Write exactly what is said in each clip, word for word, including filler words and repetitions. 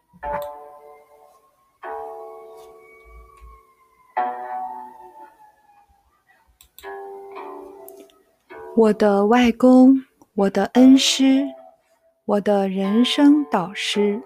我的外公，我的恩师，我的人生导师。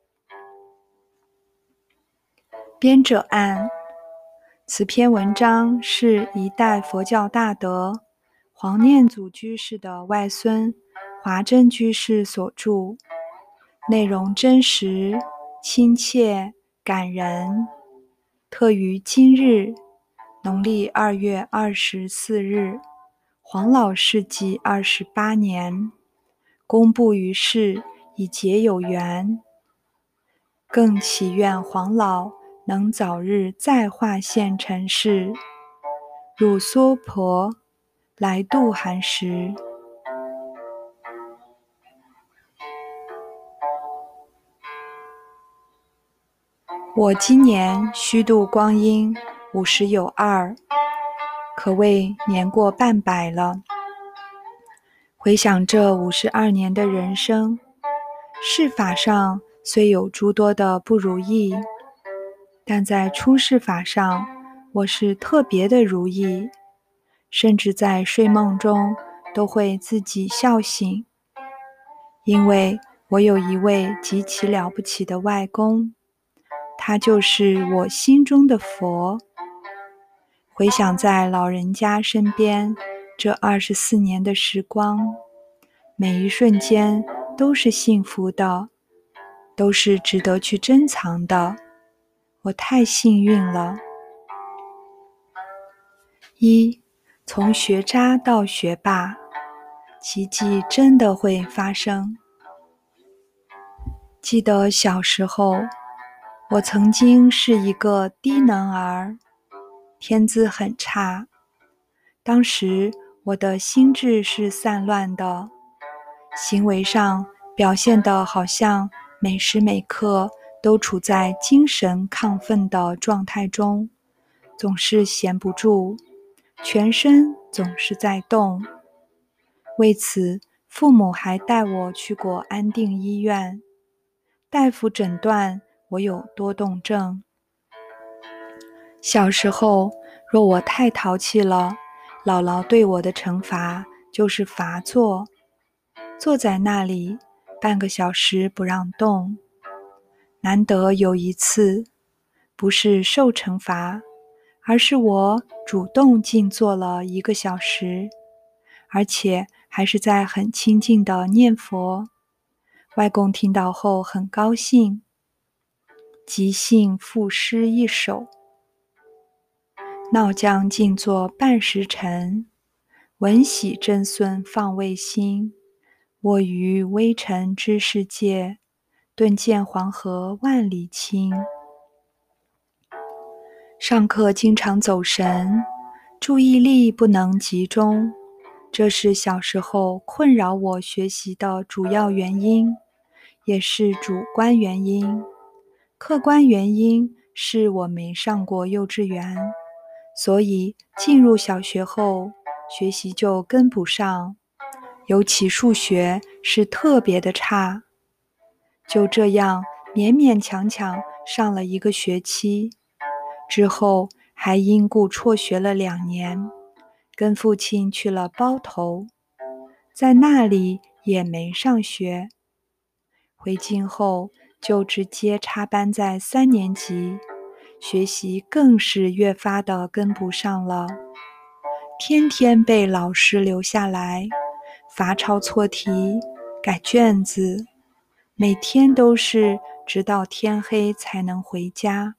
编者按，此篇文章是一代佛教大德黄念祖居士的外孙华真居士所著，内容真实、亲切、感人，特于今日，农历二月二十四日，黄老事纪二十八年，公布于世，以结有缘。更祈愿黄老能早日再化现尘世，入娑婆，来度寒食。我今年虚度光阴五十有二，可谓年过半百了。回想这五十二年的人生，事法上虽有诸多的不如意，但在出世法上，我是特别的如意，甚至在睡梦中都会自己笑醒，因为我有一位极其了不起的外公，他就是我心中的佛。回想在老人家身边这二十四年的时光，每一瞬间都是幸福的，都是值得去珍藏的，我太幸运了。一，从学渣到学霸，奇迹真的会发生。记得小时候，我曾经是一个低能儿，天资很差。当时我的心智是散乱的，行为上表现得好像每时每刻都处在精神亢奋的状态中，总是闲不住，全身总是在动。为此，父母还带我去过安定医院，大夫诊断我有多动症。小时候，若我太淘气了，姥姥对我的惩罚就是罚坐，坐在那里半个小时不让动。难得有一次，不是受惩罚，而是我主动静坐了一个小时，而且还是在很清静的念佛。外公听到后很高兴，即兴赋诗一首：闹将静坐半时辰，闻喜真孙放卫心。我于微尘之世界，顿见黄河万里清。上课经常走神，注意力不能集中，这是小时候困扰我学习的主要原因，也是主观原因。客观原因是我没上过幼稚园，所以进入小学后，学习就跟不上，尤其数学是特别的差。就这样勉勉强强上了一个学期，之后还因故辍学了两年，跟父亲去了包头，在那里也没上学。回京后就直接插班在三年级，学习更是越发的跟不上了，天天被老师留下来罚抄错题、改卷子，每天都是直到天黑才能回家。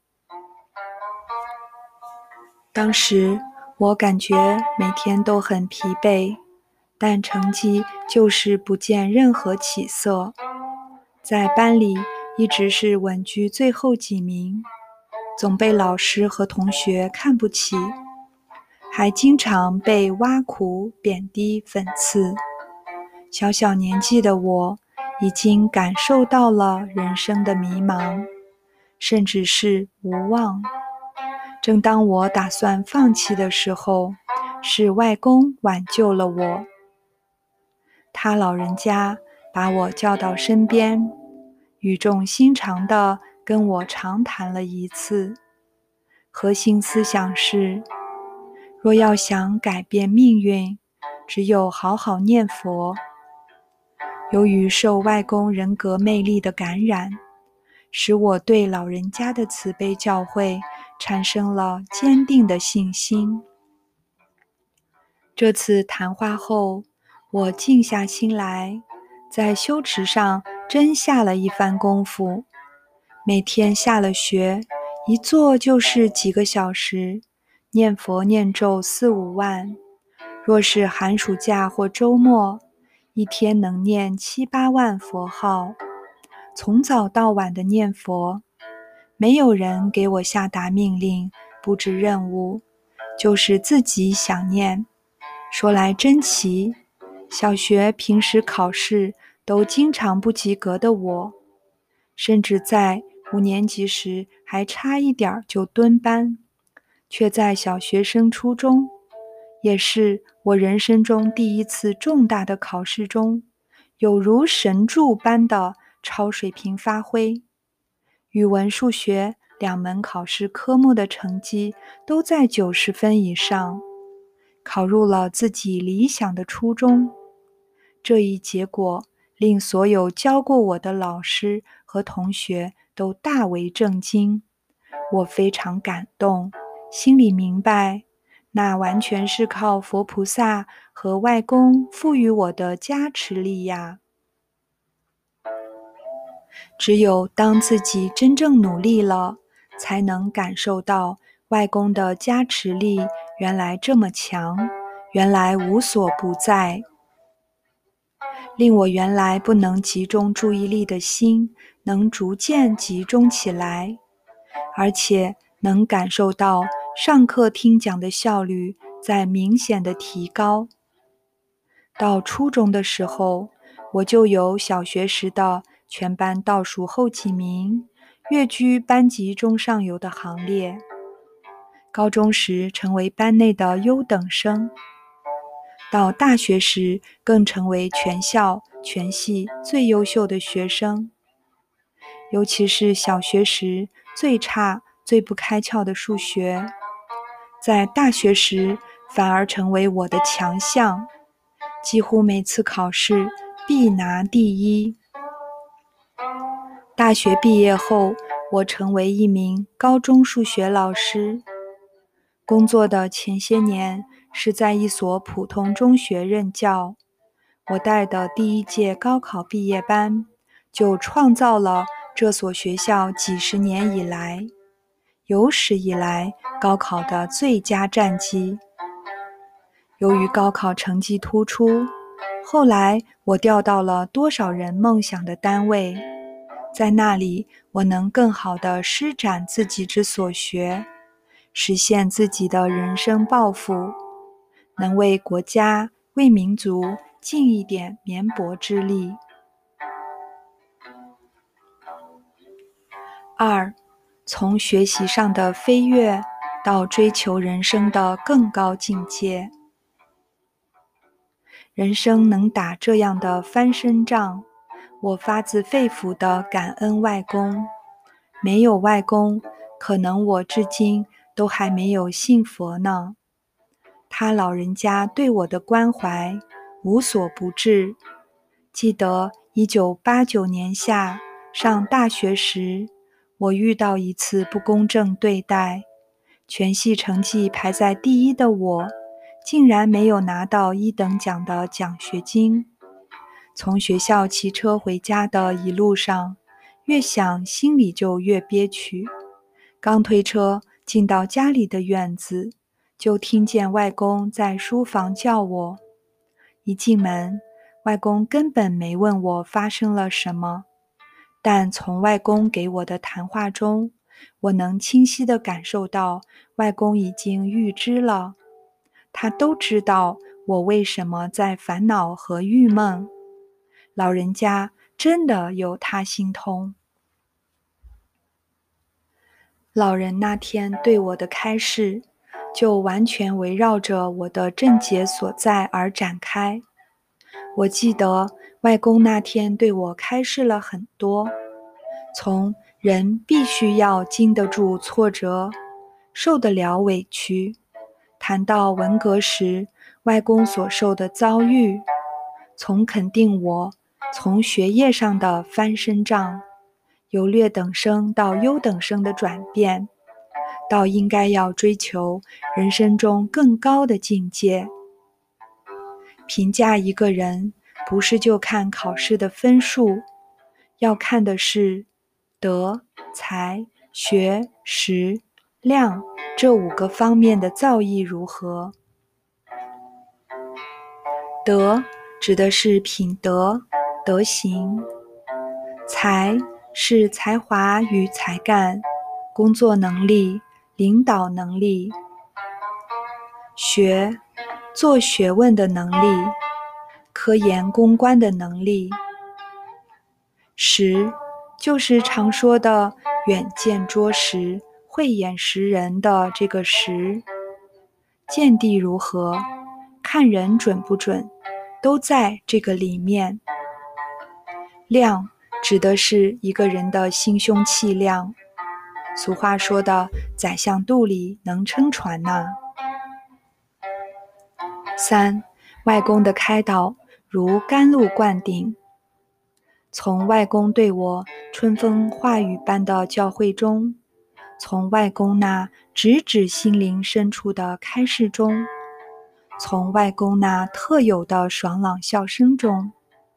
当时我感觉每天都很疲惫，但成绩就是不见任何起色，在班里一直是稳居最后几名，总被老师和同学看不起，还经常被挖苦、贬低、讽刺。小小年纪的我已经感受到了人生的迷茫，甚至是无望。正当我打算放弃的时候，是外公挽救了我。他老人家把我叫到身边， 语重心长地跟我长谈了一次。核心思想是，若要想改变命运，只有好好念佛。由于受外公人格魅力的感染，使我对老人家的慈悲教诲产生了坚定的信心。这次谈话后，我静下心来，在修持上真下了一番功夫。每天下了学，一坐就是几个小时，念佛念咒四五万。若是寒暑假或周末，一天能念七八万佛号，从早到晚的念佛。没有人给我下达命令，布置任务，就是自己想念。说来真奇，小学平时考试都经常不及格的我，甚至在五年级时还差一点就蹲班，却在小学升初中，也是我人生中第一次重大的考试中，有如神助般的超水平发挥。语文、数学两门考试科目的成绩都在九十分以上，考入了自己理想的初中。这一结果令所有教过我的老师和同学都大为震惊，我非常感动，心里明白，那完全是靠佛菩萨和外公赋予我的加持力呀。只有当自己真正努力了，才能感受到外公的加持力原来这么强，原来无所不在，令我原来不能集中注意力的心能逐渐集中起来，而且能感受到上课听讲的效率在明显的提高。到初中的时候，我就有小学时的全班倒数后几名，跃居班级中上游的行列。高中时成为班内的优等生，到大学时更成为全校全系最优秀的学生。尤其是小学时最差最不开窍的数学，在大学时反而成为我的强项，几乎每次考试必拿第一。大学毕业后，我成为一名高中数学老师。工作的前些年是在一所普通中学任教。我带的第一届高考毕业班，就创造了这所学校几十年以来，有史以来高考的最佳战绩。由于高考成绩突出，后来我调到了多少人梦想的单位，在那里我能更好地施展自己之所学，实现自己的人生抱负，能为国家为民族尽一点绵薄之力。二，从学习上的飞跃到追求人生的更高境界。人生能打这样的翻身仗，我发自肺腑地感恩外公。没有外公，可能我至今都还没有信佛呢。他老人家对我的关怀无所不至。记得一九八九年夏上大学时，我遇到一次不公正对待，全系成绩排在第一的我，竟然没有拿到一等奖的奖学金。从学校骑车回家的一路上，越想心里就越憋屈。刚推车进到家里的院子，就听见外公在书房叫我。一进门，外公根本没问我发生了什么，但从外公给我的谈话中，我能清晰地感受到外公已经预知了。他都知道我为什么在烦恼和郁闷，老人家真的有他心通。老人那天对我的开示，就完全围绕着我的症结所在而展开。我记得外公那天对我开示了很多， 从人必须要经得住挫折，受得了委屈，谈到文革时外公所受的遭遇，从肯定我从学业上的翻身仗，由劣等生到优等生的转变，到应该要追求人生中更高的境界。评价一个人，不是就看考试的分数，要看的是德、才、学、识、量这五个方面的造诣如何。德指的是品德、德行；才是才华与才干、工作能力、领导能力；学做学问的能力，科研攻关的能力；识就是常说的远见卓识、慧眼识人的这个识。见地如何，看人准不准，都在这个里面。量指的是一个人的心胸气量，俗话说的宰相肚里能撑船呐、啊。三，外公的开导如甘露灌顶。从外公对我春风化雨般的教诲中，从外公那直指心灵深处的开示中，从外公那特有的爽朗笑声中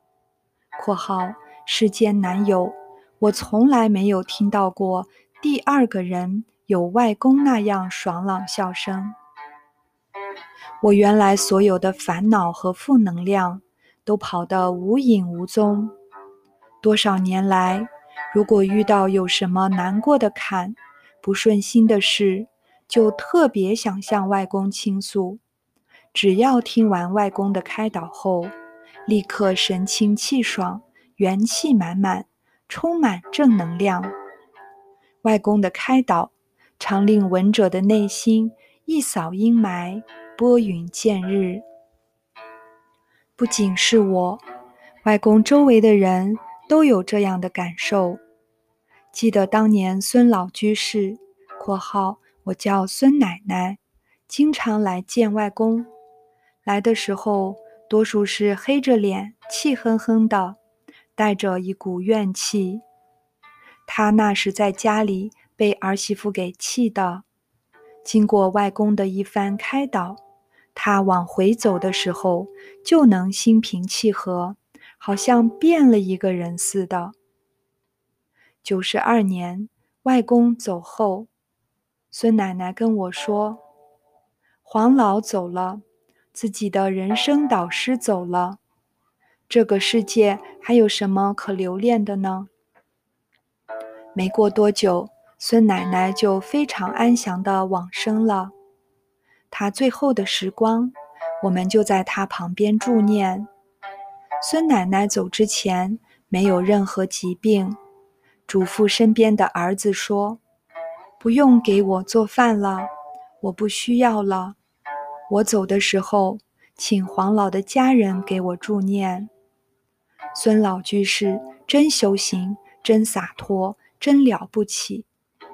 （括号世间难有，我从来没有听到过第二个人有外公那样爽朗笑声），我原来所有的烦恼和负能量都跑得无影无踪。多少年来，如果遇到有什么难过的坎、不顺心的事，就特别想向外公倾诉。只要听完外公的开导后，立刻神清气爽，元气满满，充满正能量。外公的开导常令闻者的内心一扫阴霾，拨云见日。不仅是我，外公周围的人都有这样的感受。记得当年孙老居士（括号我叫孙奶奶）经常来见外公，来的时候多数是黑着脸，气哼哼的，带着一股怨气。他那是在家里被儿媳妇给气的，经过外公的一番开导，他往回走的时候就能心平气和，好像变了一个人似的。九十二年，外公走后，孙奶奶跟我说，黄老走了，自己的人生导师走了，这个世界还有什么可留恋的呢？没过多久，孙奶奶就非常安详地往生了。她最后的时光，我们就在她旁边助念。孙奶奶走之前没有任何疾病，嘱咐身边的儿子说，不用给我做饭了，我不需要了。我走的时候，请黄老的家人给我助念。孙老居士真修行，真洒脱，真了不起。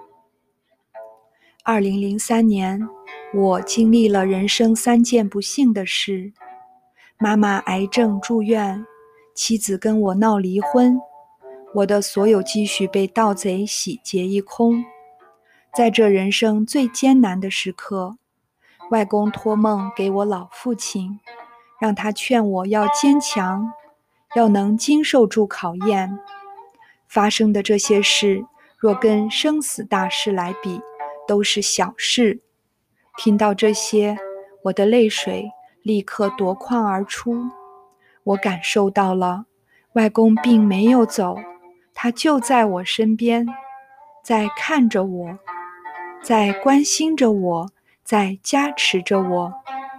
二零零三年，我经历了人生三件不幸的事：妈妈癌症住院，妻子跟我闹离婚，我的所有积蓄被盗贼洗劫一空。在这人生最艰难的时刻，外公托梦给我老父亲，让他劝我要坚强，要能经受住考验。发生的这些事，若跟生死大事来比，都是小事。听到这些，我的泪水立刻夺眶而出。我感受到了，外公并没有走，他就在我身边，在看着我，在关心着我，在加持着我。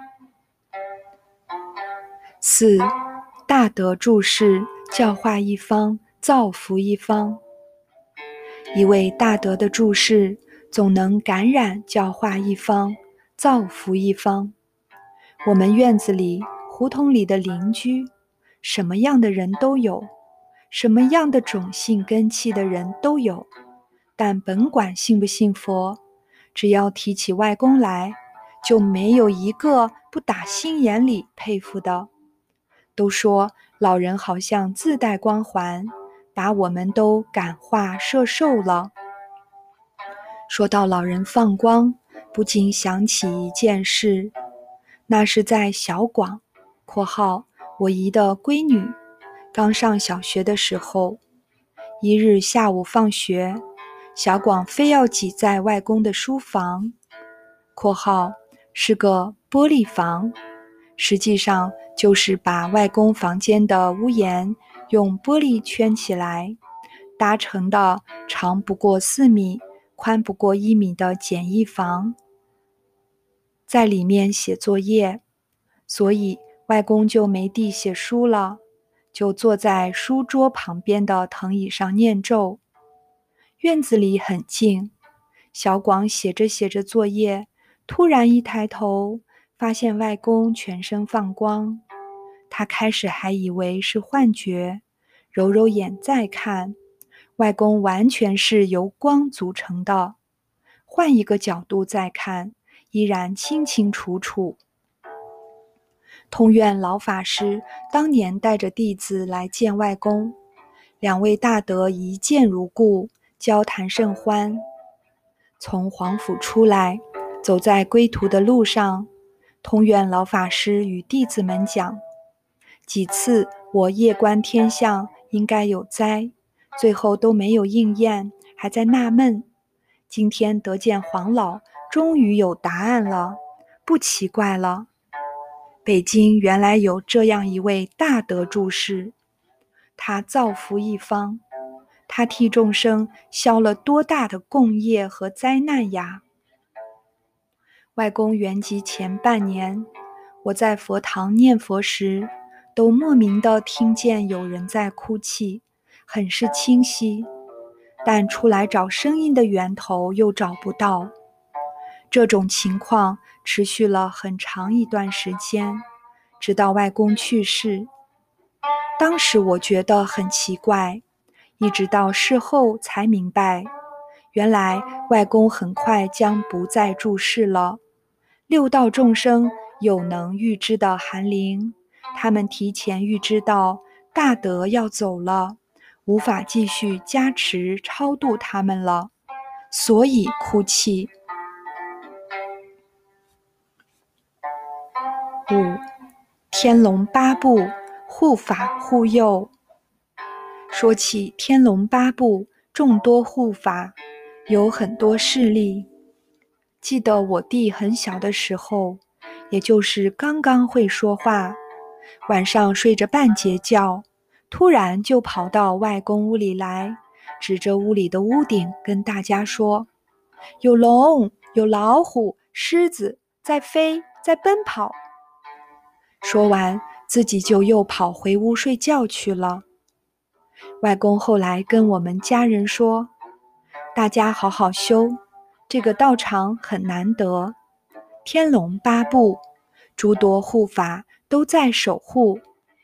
四，大德注释，教化一方，造福一方。一位大德的注释，总能感染教化一方，造福一方。我们院子里、胡同里的邻居，什么样的人都有， 什么样的种姓根器的人都有，但甭管信不信佛，只要提起外公来，就没有一个不打心眼里佩服的。都说老人好像自带光环，把我们都感化摄受了。说到老人放光，不禁想起一件事，那是在小广（括号我姨的闺女）刚上小学的时候，一日下午放学，小广非要挤在外公的书房（括号是个玻璃房，实际上就是把外公房间的屋檐用玻璃圈起来，搭成的长不过四米、宽不过一米的简易房，在里面写作业，所以外公就没地写书了，就坐在书桌旁边的藤椅上念咒。院子里很静，小广写着写着作业，突然一抬头，发现外公全身放光。他开始还以为是幻觉，揉揉眼再看，外公完全是由光组成的。换一个角度再看，依然清清楚楚。通院老法师当年带着弟子来见外公，两位大德一见如故，交谈甚欢。从黄府出来，走在归途的路上，通院老法师与弟子们讲，几次我夜观天象应该有灾，最后都没有应验，还在纳闷，今天得见黄老，终于有答案了，不奇怪了。北京原来有这样一位大德住世，他造福一方，他替众生消了多大的共业和灾难呀！外公圆寂前半年，我在佛堂念佛时，都莫名地听见有人在哭泣，很是清晰，但出来找声音的源头又找不到。这种情况持续了很长一段时间，直到外公去世。当时我觉得很奇怪，一直到事后才明白，原来外公很快将不再住世了。六道众生有能预知的寒灵，他们提前预知到大德要走了，无法继续加持超度他们了，所以哭泣。五、天龙八部护法护佑。说起天龙八部众多护法，有很多事例。记得我弟很小的时候，也就是刚刚会说话，晚上睡着半截觉，突然就跑到外公屋里来，指着屋里的屋顶跟大家说，有龙，有老虎，狮子在飞，在奔跑。说完，自己就又跑回屋睡觉去了。外公后来跟我们家人说，大家好好修，这个道场很难得，天龙八部，诸多护法都在守护。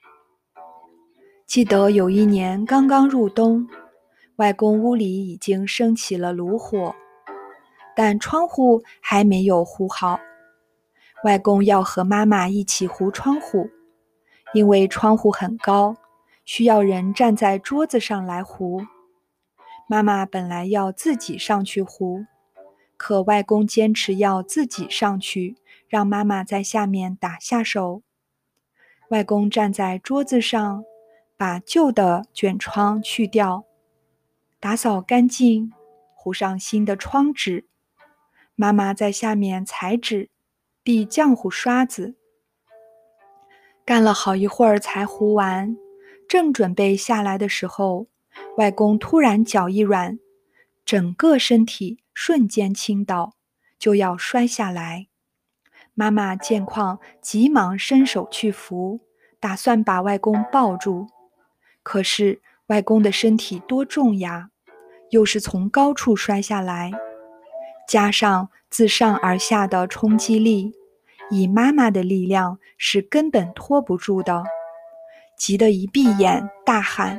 记得有一年刚刚入冬，外公屋里已经升起了炉火，但窗户还没有糊好。外公要和妈妈一起糊窗户，因为窗户很高，需要人站在桌子上来糊。妈妈本来要自己上去糊，可外公坚持要自己上去，让妈妈在下面打下手。外公站在桌子上，把旧的卷窗去掉，打扫干净，糊上新的窗纸。妈妈在下面裁纸，递浆糊刷子，干了好一会儿才糊完。正准备下来的时候，外公突然脚一软，整个身体瞬间倾倒，就要摔下来。妈妈见况，急忙伸手去扶，打算把外公抱住。可是外公的身体多重呀，又是从高处摔下来，加上自上而下的冲击力，以妈妈的力量是根本拖不住的。急得一闭眼大喊，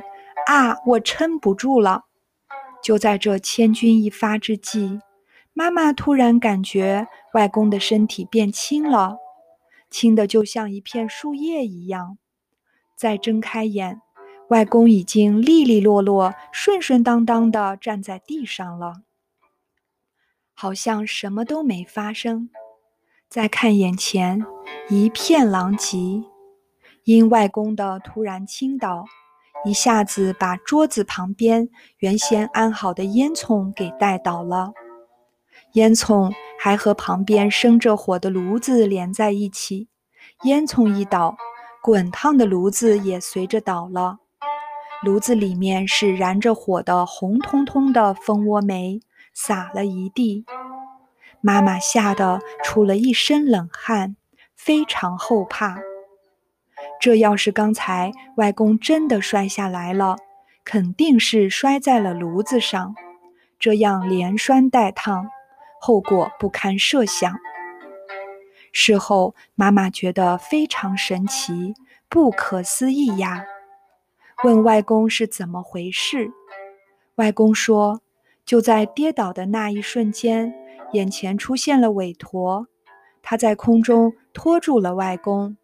啊，我撑不住了！就在这千钧一发之际，妈妈突然感觉外公的身体变轻了，轻的就像一片树叶一样。再睁开眼，外公已经利利落落、顺顺当当地站在地上了，好像什么都没发生。再看眼前，一片狼藉，因外公的突然倾倒，一下子把桌子旁边原先安好的烟囱给带倒了。烟囱还和旁边生着火的炉子连在一起，烟囱一倒，滚烫的炉子也随着倒了。炉子里面是燃着火的红彤彤的蜂窝煤，撒了一地。妈妈吓得出了一身冷汗，非常后怕。这要是刚才外公真的摔下来了，肯定是摔在了炉子上，这样连摔带烫，后果不堪设想。事后妈妈觉得非常神奇，不可思议呀，问外公是怎么回事。外公说，就在跌倒的那一瞬间，眼前出现了韦陀，他在空中拖住了外公。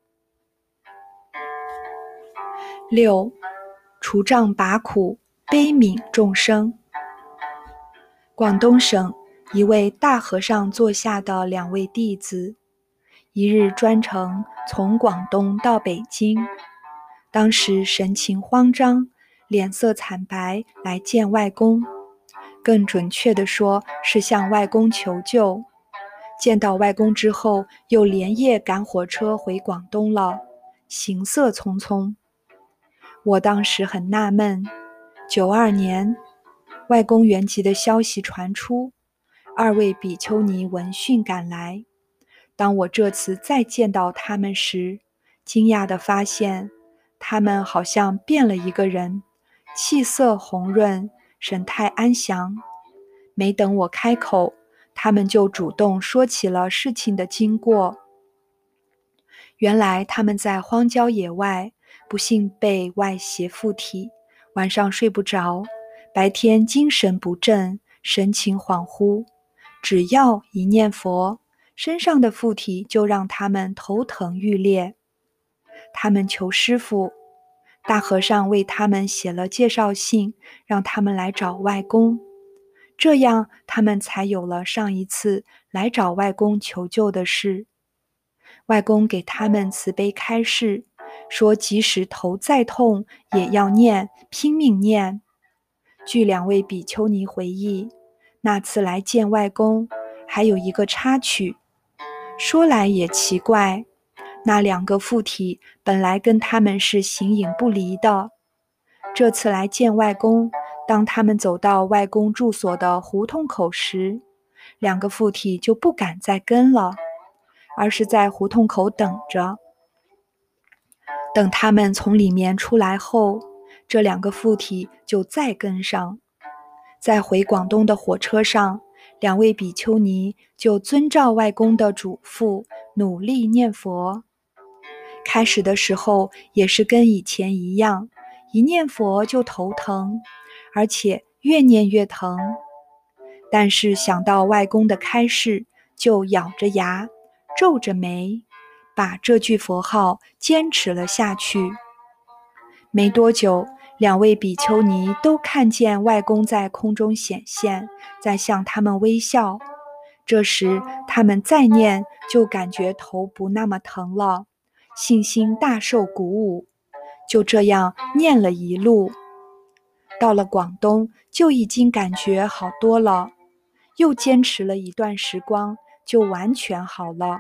六，除障拔苦，悲悯众生。广东省一位大和尚座下的两位弟子，一日专程从广东到北京，当时神情慌张，脸色惨白来见外公，更准确地说是向外公求救。见到外公之后，又连夜赶火车回广东了，行色匆匆。我当时很纳闷，九二年外公圆寂的消息传出，二位比丘尼闻讯赶来。当我这次再见到他们时，惊讶地发现他们好像变了一个人，气色红润，神态安详。没等我开口，他们就主动说起了事情的经过。原来他们在荒郊野外不幸被外邪附体，晚上睡不着，白天精神不振，神情恍惚，只要一念佛，身上的附体就让他们头疼欲裂。他们求师父，大和尚为他们写了介绍信，让他们来找外公，这样他们才有了上一次来找外公求救的事。外公给他们慈悲开示，说即使头再痛也要念，拼命念。据两位比丘尼回忆，那次来见外公还有一个插曲。说来也奇怪，那两个附体本来跟他们是形影不离的，这次来见外公，当他们走到外公住所的胡同口时，两个附体就不敢再跟了，而是在胡同口等着。等他们从里面出来后，这两个附体就再跟上。在回广东的火车上，两位比丘尼就遵照外公的嘱咐，努力念佛。开始的时候也是跟以前一样，一念佛就头疼，而且越念越疼。但是想到外公的开示，就咬着牙，皱着眉，把这句佛号坚持了下去。没多久，两位比丘尼都看见外公在空中显现，在向他们微笑。这时他们再念，就感觉头不那么疼了，信心大受鼓舞。就这样念了一路，到了广东就已经感觉好多了，又坚持了一段时光，就完全好了。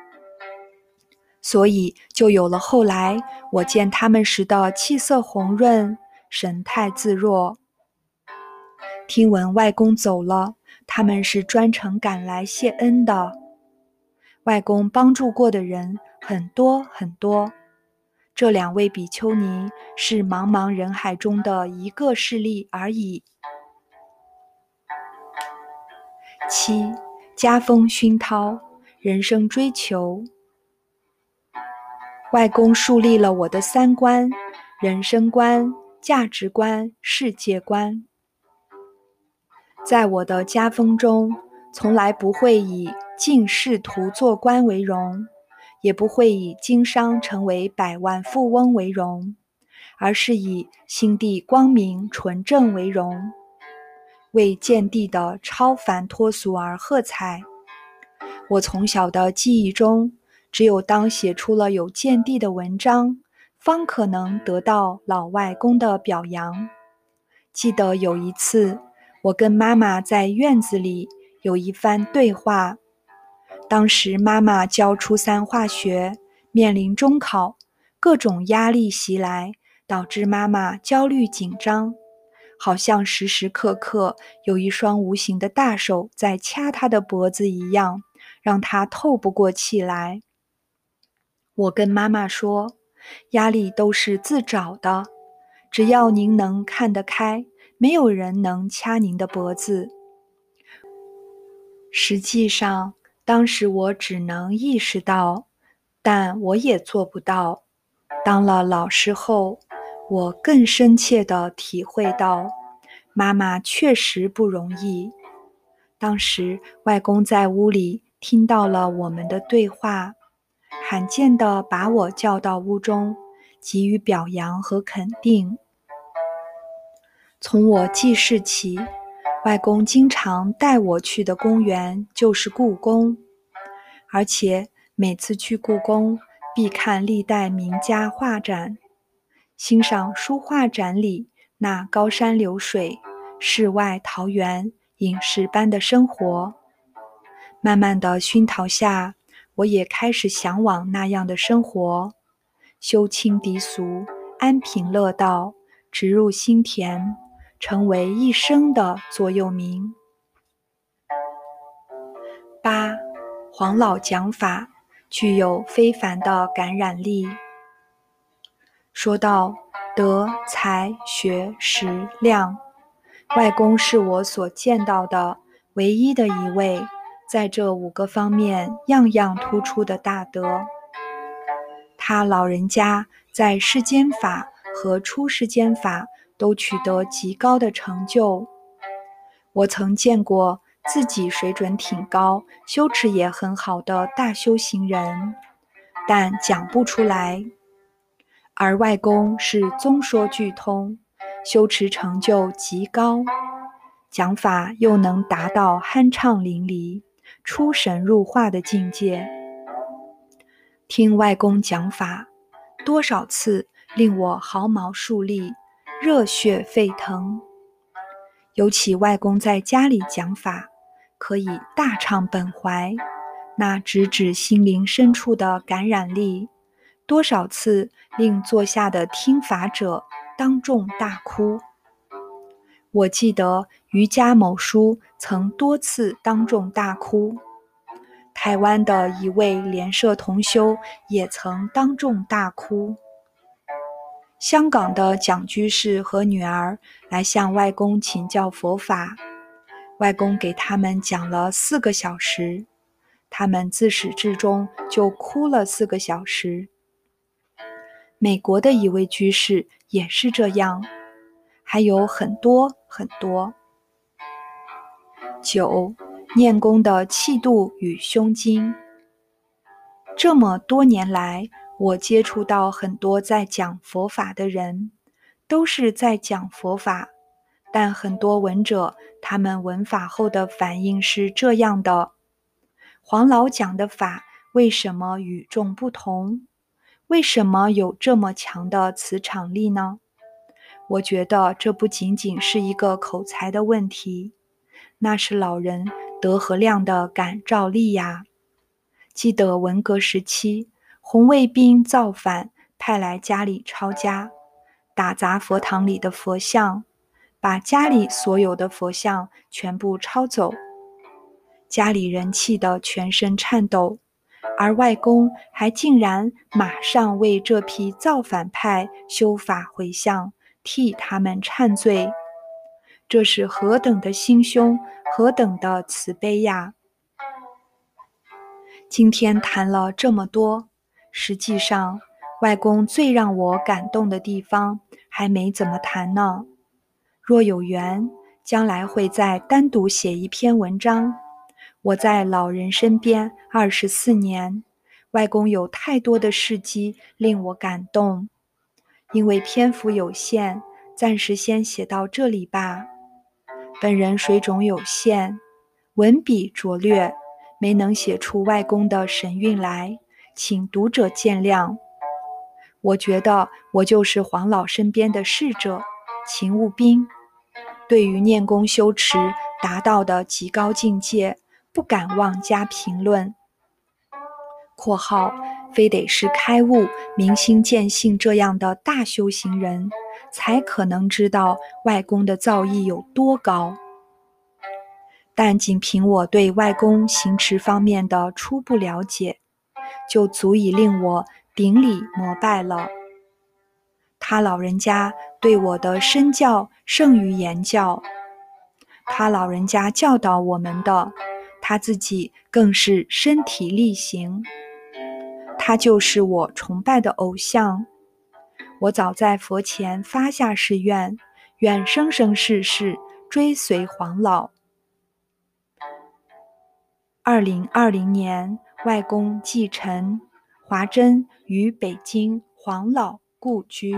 所以就有了后来我见他们时的气色红润，神态自若。听闻外公走了，他们是专程赶来谢恩的。外公帮助过的人很多很多，这两位比丘尼是茫茫人海中的一个事例而已。七，家风熏陶，人生追求。外公树立了我的三观：人生观、 价值观、世界观。在我的家风中，从来不会以进仕途做官为荣，也不会以经商成为百万富翁为荣，而是以心地光明纯正为荣，为见地的超凡脱俗而喝彩。我从小的记忆中，只有当写出了有见地的文章，方可能得到老外公的表扬。记得有一次，我跟妈妈在院子里有一番对话。当时妈妈教初三化学，面临中考，各种压力袭来，导致妈妈焦虑紧张，好像时时刻刻有一双无形的大手在掐她的脖子一样，让她透不过气来。我跟妈妈说，压力都是自找的，只要您能看得开，没有人能掐您的脖子。实际上，当时我只能意识到，但我也做不到。当了老师后，我更深切地体会到，妈妈确实不容易。当时外公在屋里听到了我们的对话，罕见地把我叫到屋中，给予表扬和肯定。从我记事起，外公经常带我去的公园就是故宫，而且每次去故宫必看历代名家画展，欣赏书画展里那高山流水、世外桃源、隐士般的生活。慢慢的熏陶下，我也开始向往那样的生活，修亲涤俗，安贫乐道，植入心田，成为一生的座右铭。八，黄老讲法具有非凡的感染力。说到德、才、学、识、量，外公是我所见到的唯一的一位在这五个方面样样突出的大德。他老人家在世间法和出世间法都取得极高的成就。我曾见过自己水准挺高、修持也很好的大修行人，但讲不出来。而外公是宗说俱通，修持成就极高，讲法又能达到酣畅淋漓、出神入化的境界。听外公讲法，多少次令我毫毛竖立，热血沸腾。尤其外公在家里讲法，可以大畅本怀，那直指心灵深处的感染力，多少次令坐下的听法者当众大哭。我记得瑜伽某书曾多次当众大哭，台湾的一位莲社同修也曾当众大哭。香港的蒋居士和女儿来向外公请教佛法，外公给他们讲了四个小时，他们自始至终就哭了四个小时。美国的一位居士也是这样，还有很多很多。九，念功的气度与胸襟。这么多年来，我接触到很多在讲佛法的人，都是在讲佛法，但很多闻者，他们闻法后的反应是这样的：黄老讲的法为什么与众不同？为什么有这么强的磁场力呢？我觉得这不仅仅是一个口才的问题，那是老人德和量的感召力呀。记得文革时期，红卫兵造反，派来家里抄家，打砸佛堂里的佛像，把家里所有的佛像全部抄走。家里人气得全身颤抖，而外公还竟然马上为这批造反派修法回向，替他们忏罪。这是何等的心胸，何等的慈悲呀！今天谈了这么多，实际上外公最让我感动的地方还没怎么谈呢。若有缘，将来会再单独写一篇文章。我在老人身边二十四年，外公有太多的事迹令我感动。因为篇幅有限，暂时先写到这里吧。本人水种有限，文笔拙劣，没能写出外公的神韵来，请读者见谅。我觉得我就是黄老身边的侍者，勤务兵。对于念功修持达到的极高境界，不敢妄加评论。括号非得是开悟、明心见性这样的大修行人，才可能知道外公的造诣有多高。但仅凭我对外公行持方面的初步了解，就足以令我顶礼膜拜了。他老人家对我的身教胜于言教，他老人家教导我们的，他自己更是身体力行。他就是我崇拜的偶像。我早在佛前发下誓愿，愿生生世世追随黄老。二零二零年，外公继承，华珍于北京黄老故居。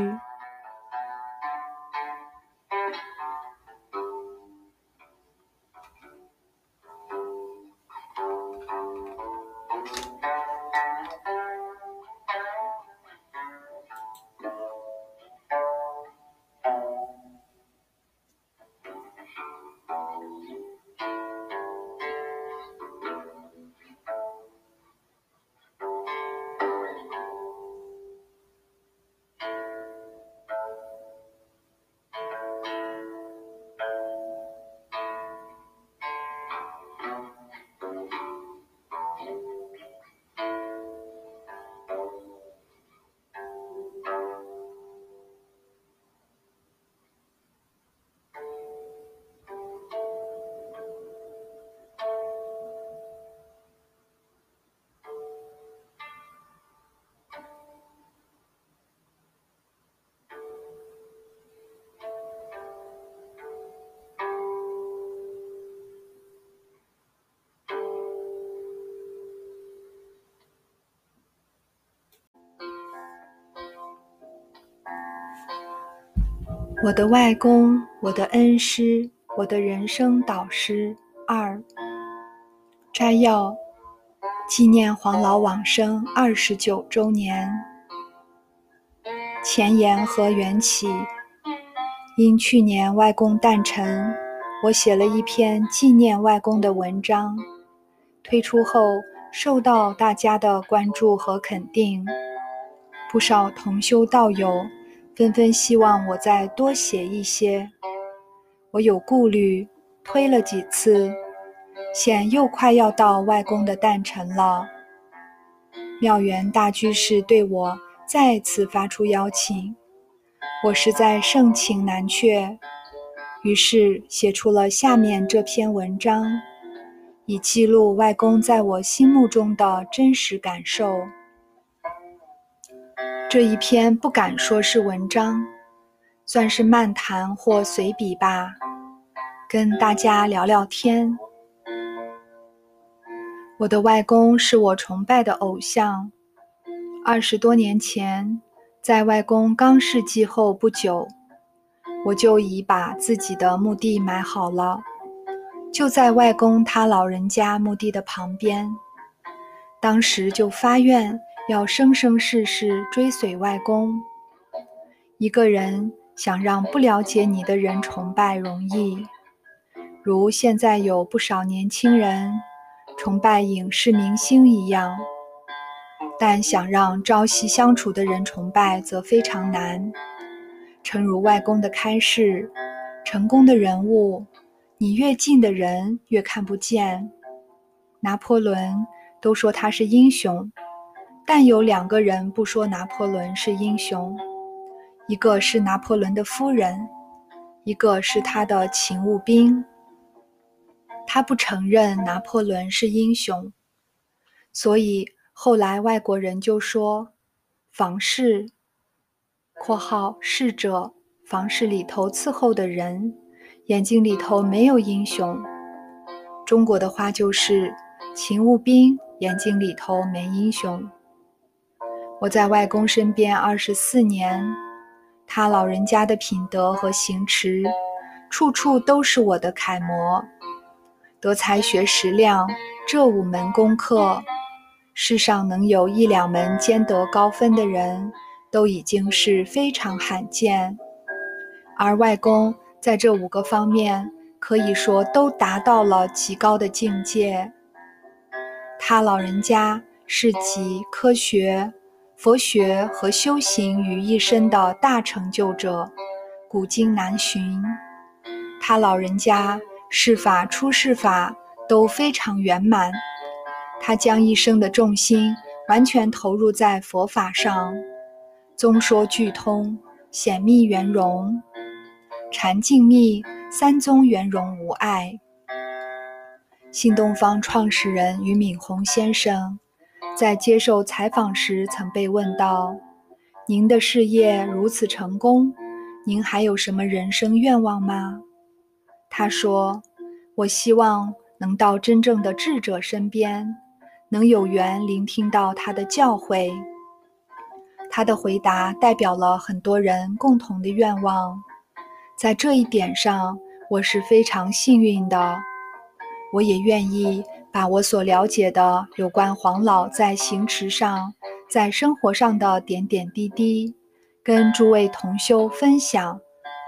我的外公，我的恩师，我的人生导师。二、摘要：纪念黄老往生二十九周年。前言和缘起：因去年外公诞辰，我写了一篇纪念外公的文章，推出后受到大家的关注和肯定，不少同修道友纷纷希望我再多写一些。我有顾虑，推了几次，现又快要到外公的诞辰了。妙缘大居士对我再次发出邀请，我实在盛情难却，于是写出了下面这篇文章，以记录外公在我心目中的真实感受。这一篇不敢说是文章，算是漫谈或随笔吧，跟大家聊聊天。我的外公是我崇拜的偶像。二十多年前，在外公刚逝继后不久，我就已把自己的墓地买好了，就在外公他老人家墓地的旁边。当时就发愿要生生世世追随外公。一个人想让不了解你的人崇拜容易，如现在有不少年轻人崇拜影视明星一样，但想让朝夕相处的人崇拜则非常难。诚如外公的开示，成功的人物，你越近的人越看不见。拿破仑都说他是英雄，但有两个人不说拿破仑是英雄，一个是拿破仑的夫人，一个是他的勤务兵。他不承认拿破仑是英雄，所以后来外国人就说， 房事（括号侍者，房事里头伺候的人），眼睛里头没有英雄。中国的话就是勤务兵，眼睛里头没英雄。我在外公身边二十四年，他老人家的品德和行持，处处都是我的楷模。德才学识量这五门功课，世上能有一两门兼得高分的人，都已经是非常罕见。而外公在这五个方面，可以说都达到了极高的境界。他老人家是集科学、佛学和修行于一身的大成就者，古今难寻。他老人家世法出世法都非常圆满，他将一生的重心完全投入在佛法上，宗说俱通，显密圆融，禅净密，三宗圆融无碍。新东方创始人俞敏洪先生在接受采访时曾被问到，您的事业如此成功，您还有什么人生愿望吗？他说，我希望能到真正的智者身边，能有缘聆听到他的教诲。他的回答代表了很多人共同的愿望，在这一点上我是非常幸运的。我也愿意把我所了解的有关黄老在行持上，在生活上的点点滴滴，跟诸位同修分享。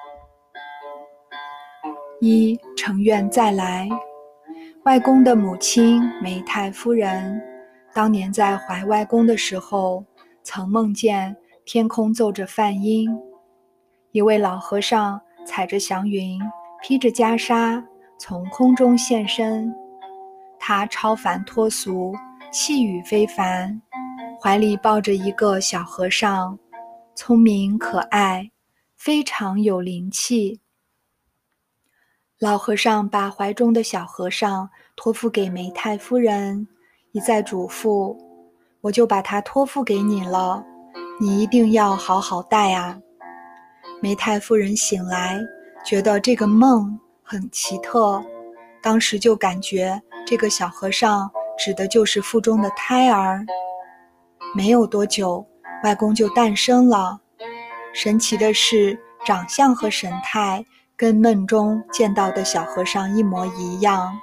一、成愿再来。外公的母亲梅太夫人，当年在怀外公的时候，曾梦见天空奏着梵音，一位老和尚踩着祥云，披着袈裟，从空中现身。他超凡脱俗，气宇非凡，怀里抱着一个小和尚，聪明可爱，非常有灵气。老和尚把怀中的小和尚托付给梅太夫人，一再嘱咐，我就把他托付给你了，你一定要好好带啊。梅太夫人醒来，觉得这个梦很奇特，当时就感觉这个小和尚指的就是腹中的胎儿。没有多久，外公就诞生了。神奇的是，长相和神态跟梦中见到的小和尚一模一样。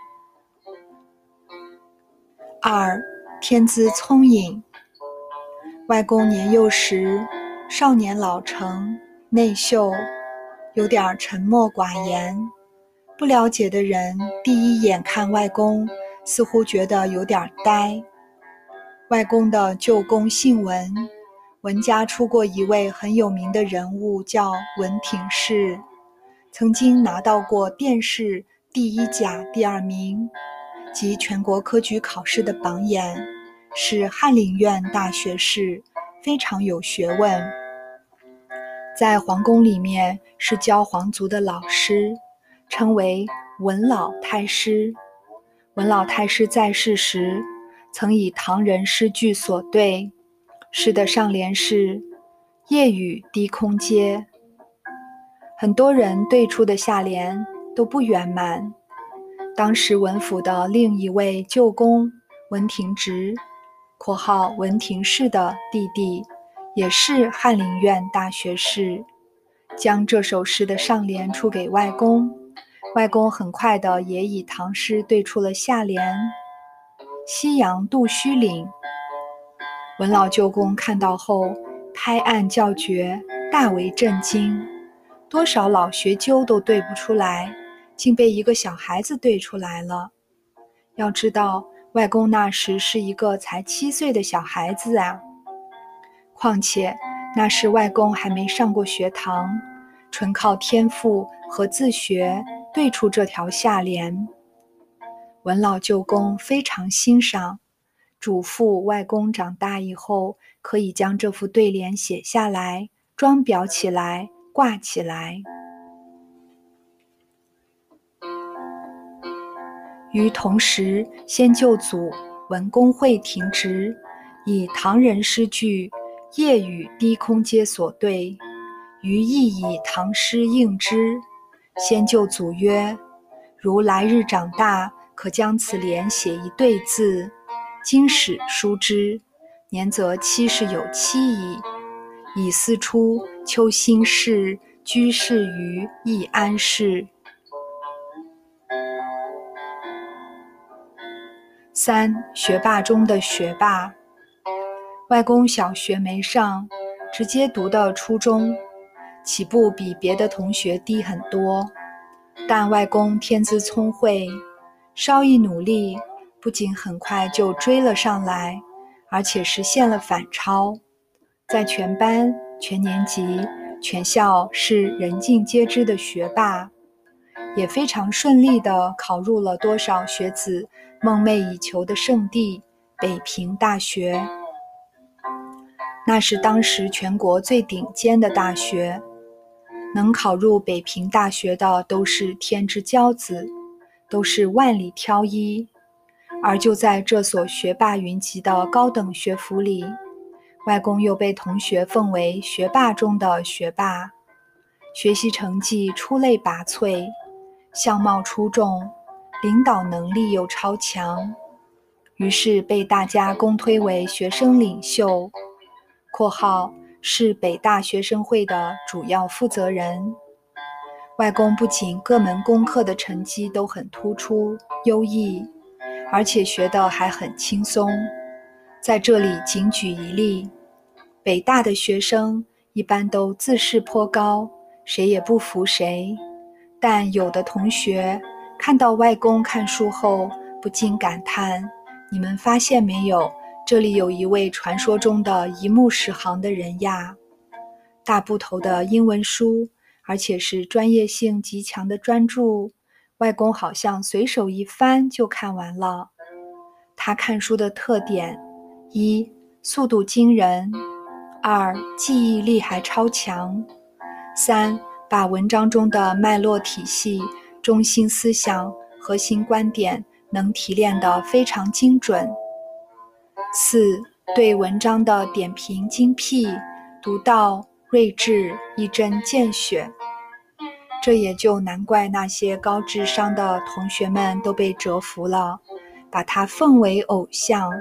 二、天资聪颖。外公年幼时，少年老成，内秀，有点沉默寡言。不了解的人第一眼看外公，似乎觉得有点呆。外公的舅公姓文，文家出过一位很有名的人物，叫文廷式，曾经拿到过殿试第一甲第二名，及全国科举考试的榜眼，是翰林院大学士，非常有学问。在皇宫里面是教皇族的老师，称为文老太师。文老太师在世时，曾以唐人诗句所对，诗的上联是夜雨低空阶。很多人对出的下联都不圆满。当时文府的另一位舅公文廷直（括号文廷式的弟弟）也是翰林院大学士，将这首诗的上联出给外公，外公很快的也以唐诗对出了下联夕阳渡虚岭。文老舅公看到后拍案叫绝，大为震惊，多少老学究都对不出来，竟被一个小孩子对出来了。要知道外公那时是一个才七岁的小孩子啊，况且那时外公还没上过学堂，纯靠天赋和自学对出这条下联。文老舅公非常欣赏，嘱咐外公长大以后可以将这副对联写下来，装裱起来，挂起来。于同时，先舅祖文公会停职，以唐人诗句夜与低空皆所对，余亦以唐诗应之。先就祖曰：如来日长大，可将此联写一对字，今始书之，年则七十有七矣。以思出秋兴氏，居士于易安市。三、学霸中的学霸。外公小学没上，直接读的初中，起步比别的同学低很多，但外公天资聪慧，稍一努力，不仅很快就追了上来，而且实现了反超，在全班、全年级、全校是人尽皆知的学霸，也非常顺利地考入了多少学子梦寐以求的圣地北平大学。那是当时全国最顶尖的大学，能考入北平大学的都是天之骄子，都是万里挑一。而就在这所学霸云集的高等学府里，外公又被同学奉为学霸中的学霸，学习成绩出类拔萃，相貌出众，领导能力又超强，于是被大家公推为学生领袖（括号是北大学生会的主要负责人）。外公不仅各门功课的成绩都很突出优异，而且学得还很轻松。在这里仅举一例，北大的学生一般都自视颇高，谁也不服谁，但有的同学看到外公看书后，不禁感叹：你们发现没有，这里有一位传说中的一目十行的人呀！大部头的英文书，而且是专业性极强的专著，外公好像随手一翻就看完了。他看书的特点：一、速度惊人；二、记忆力还超强；三、把文章中的脉络体系、中心思想、核心观点能提炼得非常精准；四、对文章的点评精辟，独到、睿智、一针见血。这也就难怪那些高智商的同学们都被折服了，把他奉为偶像。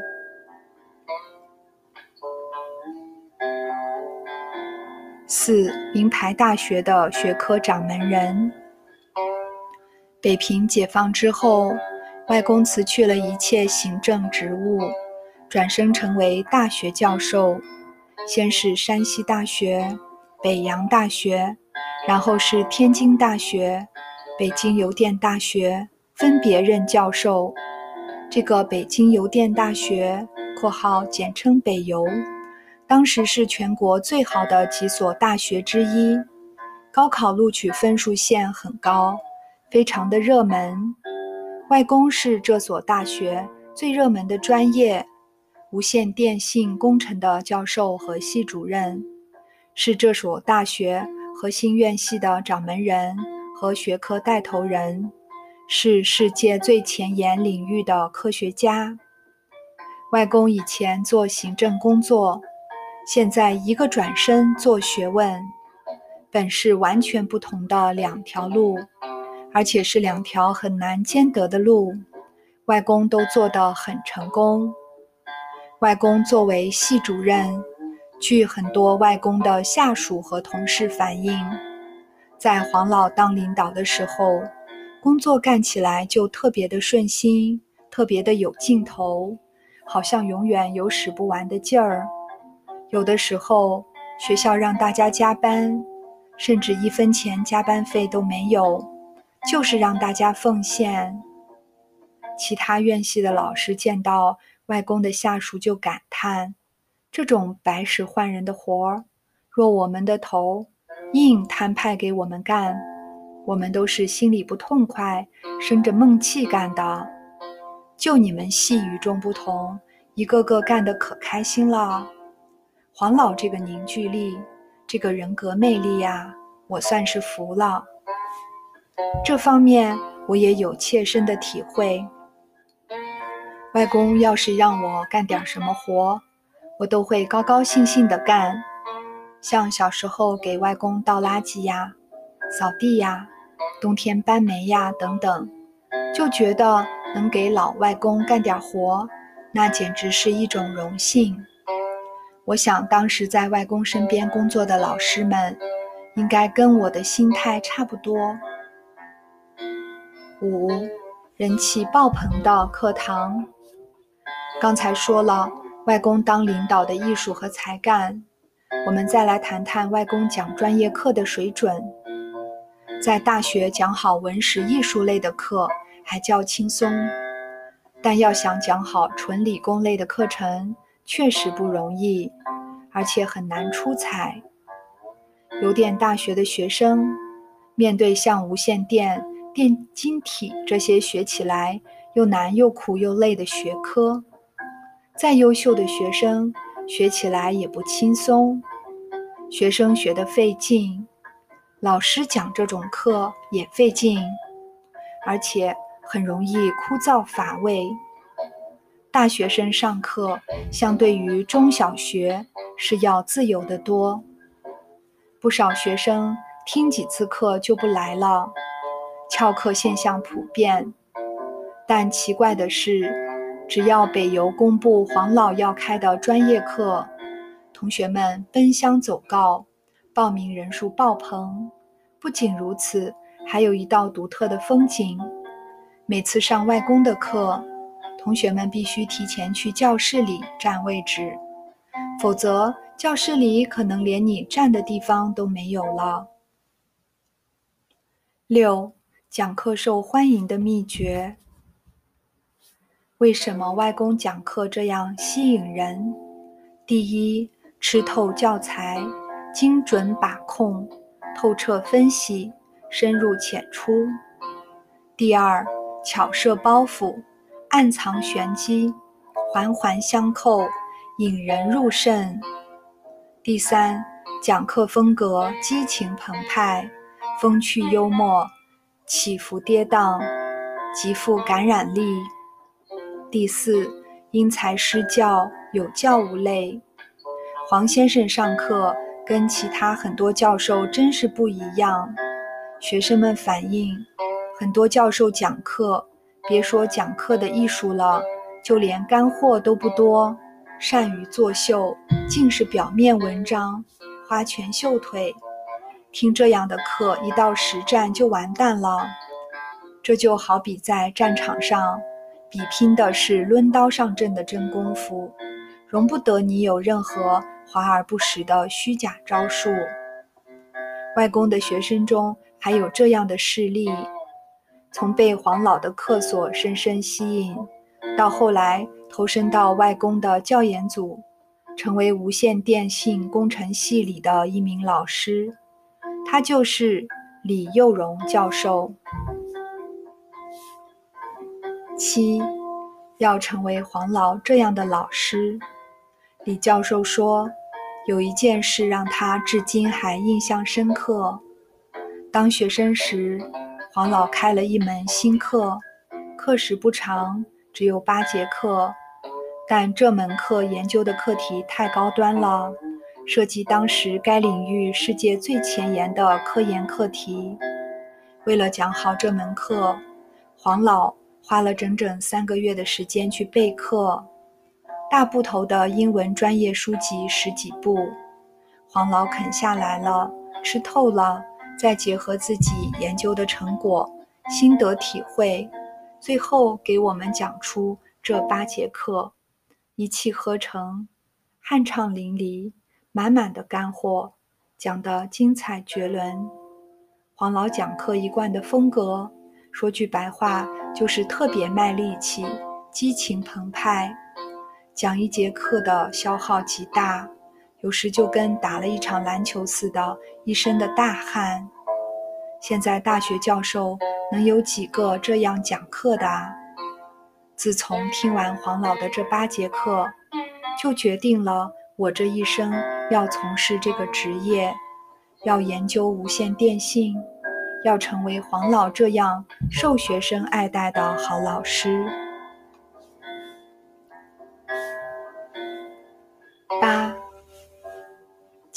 四、名牌大学的学科掌门人。北平解放之后，外公辞去了一切行政职务，转升成为大学教授，先是山西大学、北洋大学，然后是天津大学、北京邮电大学，分别任教授。这个北京邮电大学（括号简称北邮）当时是全国最好的几所大学之一，高考录取分数线很高，非常的热门。外公是这所大学最热门的专业无线电信工程的教授和系主任，是这所大学核心院系的掌门人和学科带头人，是世界最前沿领域的科学家。外公以前做行政工作，现在一个转身做学问，本是完全不同的两条路，而且是两条很难兼得的路，外公都做得很成功。外公作为系主任，据很多外公的下属和同事反映，在黄老当领导的时候，工作干起来就特别的顺心，特别的有劲头，好像永远有使不完的劲儿。有的时候学校让大家加班，甚至一分钱加班费都没有，就是让大家奉献。其他院系的老师见到外公的下属就感叹，这种白使唤人的活儿，若我们的头硬摊派给我们干，我们都是心里不痛快，生着闷气干的。就你们系与众不同，一个个干得可开心了。黄老这个凝聚力，这个人格魅力呀，我算是服了。这方面我也有切身的体会。外公要是让我干点什么活， 我都会高高兴兴地干，像小时候给外公倒垃圾呀、扫地呀、冬天搬煤呀等等，就觉得能给老外公干点活，那简直是一种荣幸。我想当时在外公身边工作的老师们，应该跟我的心态差不多。五、人气爆棚的课堂。刚才说了外公当领导的艺术和才干，我们再来谈谈外公讲专业课的水准。在大学讲好文史艺术类的课还较轻松，但要想讲好纯理工类的课程确实不容易，而且很难出彩。邮电大学的学生面对像无线电、电晶体这些学起来又难又苦又累的学科，再优秀的学生学起来也不轻松，学生学得费劲，老师讲这种课也费劲，而且很容易枯燥乏味。大学生上课相对于中小学是要自由得多，不少学生听几次课就不来了，翘课现象普遍。但奇怪的是，只要北邮公布黄老要开的专业课，同学们奔相走告，报名人数爆棚。不仅如此，还有一道独特的风景。每次上外公的课，同学们必须提前去教室里占位置，否则教室里可能连你站的地方都没有了。六、讲课受欢迎的秘诀。为什么外公讲课这样吸引人？第一，吃透教材，精准把控，透彻分析，深入浅出。第二，巧设包袱，暗藏玄机，环环相扣，引人入胜。第三，讲课风格激情澎湃，风趣幽默，起伏跌宕，极富感染力。第四，因材施教，有教无类。黄先生上课跟其他很多教授真是不一样。学生们反映，很多教授讲课，别说讲课的艺术了，就连干货都不多，善于作秀，尽是表面文章，花拳绣腿。听这样的课，一到实战就完蛋了。这就好比在战场上，比拼的是抡刀上阵的真功夫，容不得你有任何华而不实的虚假招数。外公的学生中还有这样的事例，从被黄老的课所深深吸引，到后来投身到外公的教研组，成为无线电信工程系里的一名老师。他就是李幼荣教授。七，要成为黄老这样的老师。李教授说，有一件事让他至今还印象深刻。当学生时，黄老开了一门新课，课时不长，只有八节课，但这门课研究的课题太高端了，涉及当时该领域世界最前沿的科研课题。为了讲好这门课，黄老花了整整三个月的时间去备课，大部头的英文专业书籍十几部，黄老啃下来了，吃透了，再结合自己研究的成果、心得体会，最后给我们讲出这八节课，一气呵成，酣畅淋漓，满满的干货，讲得精彩绝伦。黄老讲课一贯的风格，说句白话，就是特别卖力气，激情澎湃。讲一节课的消耗极大，有时就跟打了一场篮球似的，一身的大汗。现在大学教授能有几个这样讲课的啊？自从听完黄老的这八节课，就决定了我这一生要从事这个职业，要研究无线电信，要成为黄老这样受学生爱戴的好老师。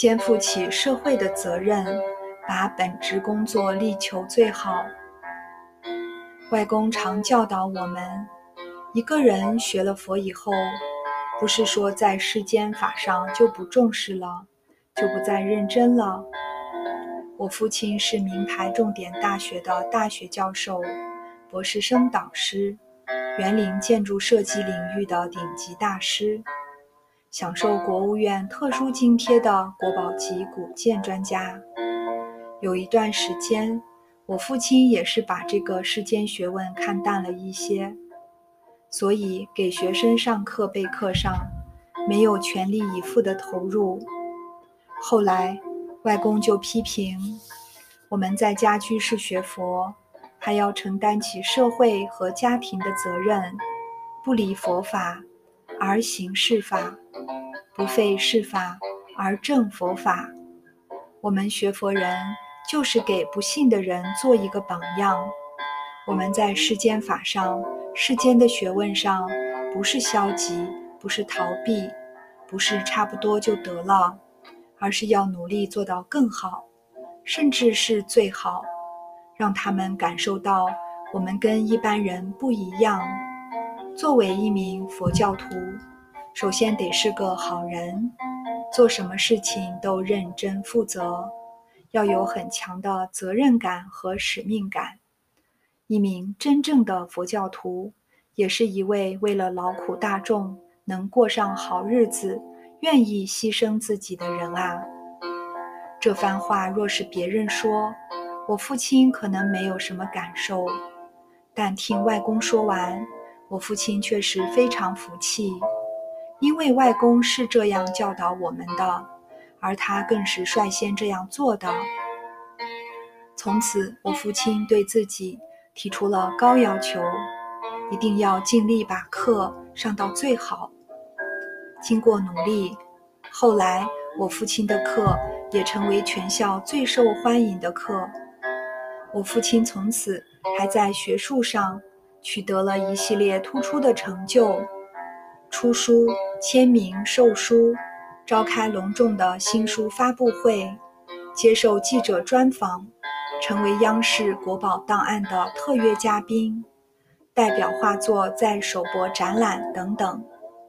肩负起社会的责任，把本职工作力求最好。外公常教导我们，一个人学了佛以后，不是说在世间法上就不重视了，就不再认真了。我父亲是名牌重点大学的大学教授，博士生导师，园林建筑设计领域的顶级大师，享受国务院特殊津贴的国宝级古建专家。有一段时间，我父亲也是把这个世间学问看淡了一些，所以给学生上课备课上没有全力以赴的投入。后来外公就批评，我们在家居士学佛，还要承担起社会和家庭的责任，不离佛法而行世法，不废世法而正佛法。我们学佛人就是给不信的人做一个榜样。我们在世间法上，世间的学问上，不是消极，不是逃避，不是差不多就得了，而是要努力做到更好，甚至是最好，让他们感受到我们跟一般人不一样。作为一名佛教徒，首先得是个好人，做什么事情都认真负责，要有很强的责任感和使命感。一名真正的佛教徒，也是一位为了劳苦大众能过上好日子，愿意牺牲自己的人啊。这番话若是别人说，我父亲可能没有什么感受，但听外公说完，我父亲确实非常服气，因为外公是这样教导我们的，而他更是率先这样做的。从此，我父亲对自己提出了高要求，一定要尽力把课上到最好。经过努力，后来我父亲的课也成为全校最受欢迎的课。我父亲从此还在学术上取得了一系列突出的成就，出书、签名、售书，召开隆重的新书发布会，接受记者专访，成为央视国宝档案的特约嘉宾，代表画作在首博展览等等。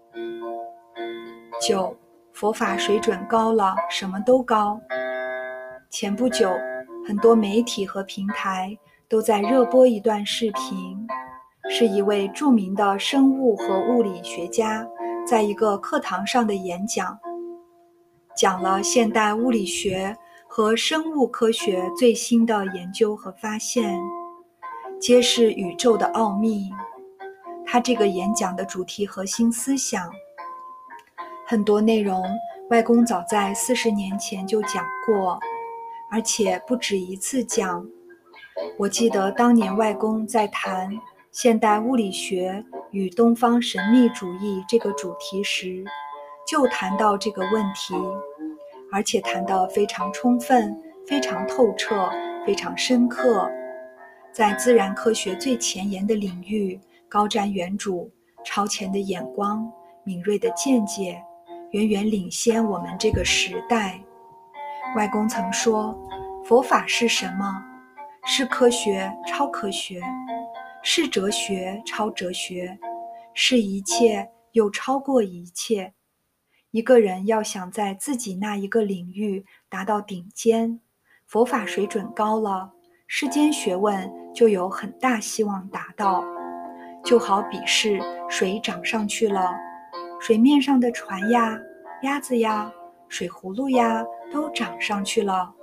九，佛法水准高了，什么都高。前不久，很多媒体和平台都在热播一段视频，是一位著名的生物和物理学家在一个课堂上的演讲，讲了现代物理学和生物科学最新的研究和发现，揭示宇宙的奥秘。他这个演讲的主题核心思想，很多内容外公早在四十年前就讲过，而且不止一次讲。我记得当年外公在谈现代物理学与东方神秘主义这个主题时，就谈到这个问题，而且谈得非常充分，非常透彻，非常深刻。在自然科学最前沿的领域，高瞻远瞩，超前的眼光，敏锐的见解，远远领先我们这个时代。外公曾说，佛法是什么？是科学，超科学；是哲学，超哲学；是一切，又超过一切。一个人要想在自己那一个领域达到顶尖，佛法水准高了，世间学问就有很大希望达到。就好比是水涨上去了，水面上的船呀、鸭子呀、水葫芦呀都涨上去了。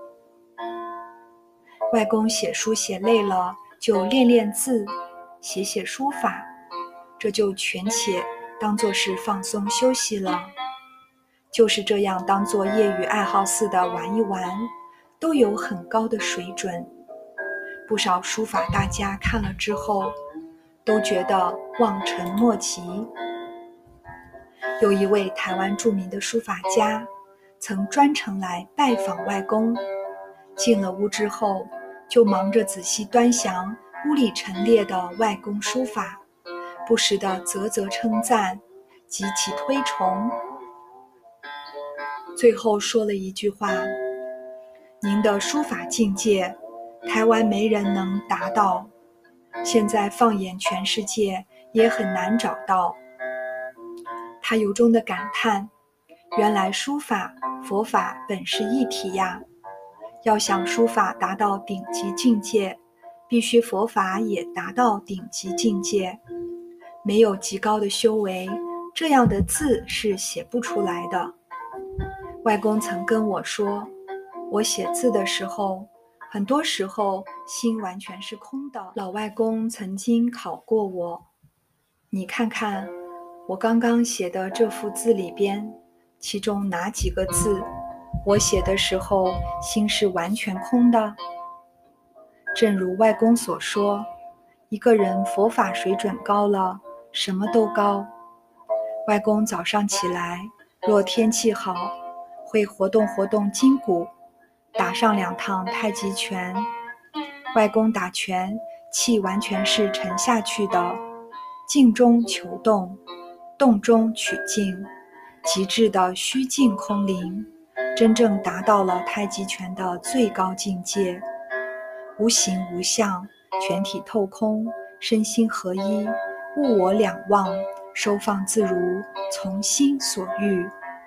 外公写书写累了，就练练字，写写书法，这就全且当作是放松休息了。就是这样当作业余爱好似的玩一玩，都有很高的水准。不少书法大家看了之后，都觉得望尘莫及。有一位台湾著名的书法家，曾专程来拜访外公，进了屋之后，就忙着仔细端详屋里陈列的外公书法，不时地啧啧称赞，极其推崇。 最后说了一句话：您的书法境界，台湾没人能达到，现在放眼全世界也很难找到。他由衷的感叹，原来书法、佛法本是一体呀！要想书法达到顶级境界，必须佛法也达到顶级境界。没有极高的修为，这样的字是写不出来的。外公曾跟我说，我写字的时候，很多时候心完全是空的。老外公曾经考过我，你看看我刚刚写的这幅字里边，其中哪几个字我写的时候心是完全空的？正如外公所说，一个人佛法水准高了，什么都高。外公早上起来，若天气好，会活动活动筋骨，打上两趟太极拳。外公打拳，气完全是沉下去的，静中求动，动中取静，极致的虚静空灵，真正达到了太极拳的最高境界。无形无相，全体透空，身心合一，物我两忘，收放自如，从心所欲。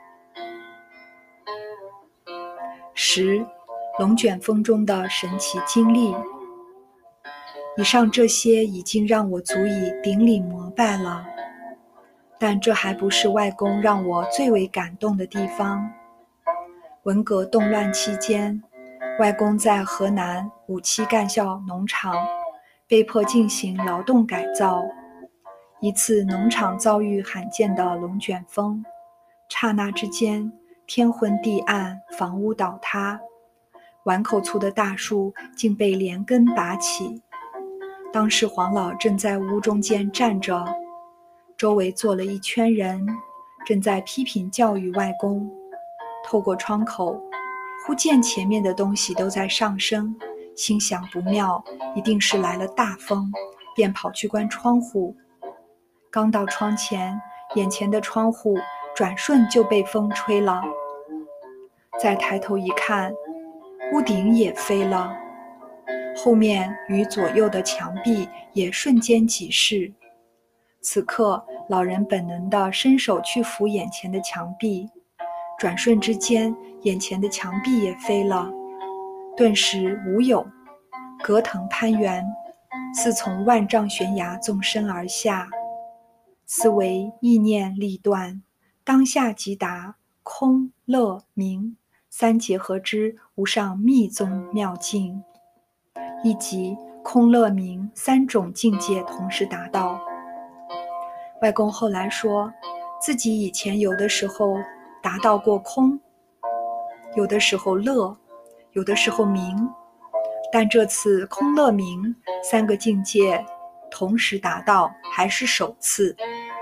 十、龙卷风中的神奇经历。以上这些已经让我足以顶礼膜拜了，但这还不是外公让我最为感动的地方。文革动乱期间，外公在河南五七干校农场被迫进行劳动改造。一次农场遭遇罕见的龙卷风，刹那之间天昏地暗，房屋倒塌，碗口粗的大树竟被连根拔起。当时黄老正在屋中间站着，周围坐了一圈人，正在批评教育外公。透过窗口，忽见前面的东西都在上升，心想不妙，一定是来了大风，便跑去关窗户。刚到窗前，眼前的窗户转瞬就被风吹了。再抬头一看，屋顶也飞了，后面与左右的墙壁也瞬间挤逝。此刻，老人本能地伸手去扶眼前的墙壁，转瞬之间，眼前的墙壁也飞了，顿时无有，隔藤攀援，似从万丈悬崖纵身而下。思维意念立断，当下即达空乐明三结合之无上密宗妙境，以及空乐明三种境界同时达到。外公后来说，自己以前有的时候达到过空，有的时候乐，有的时候明，但这次空乐明三个境界同时达到，还是首次。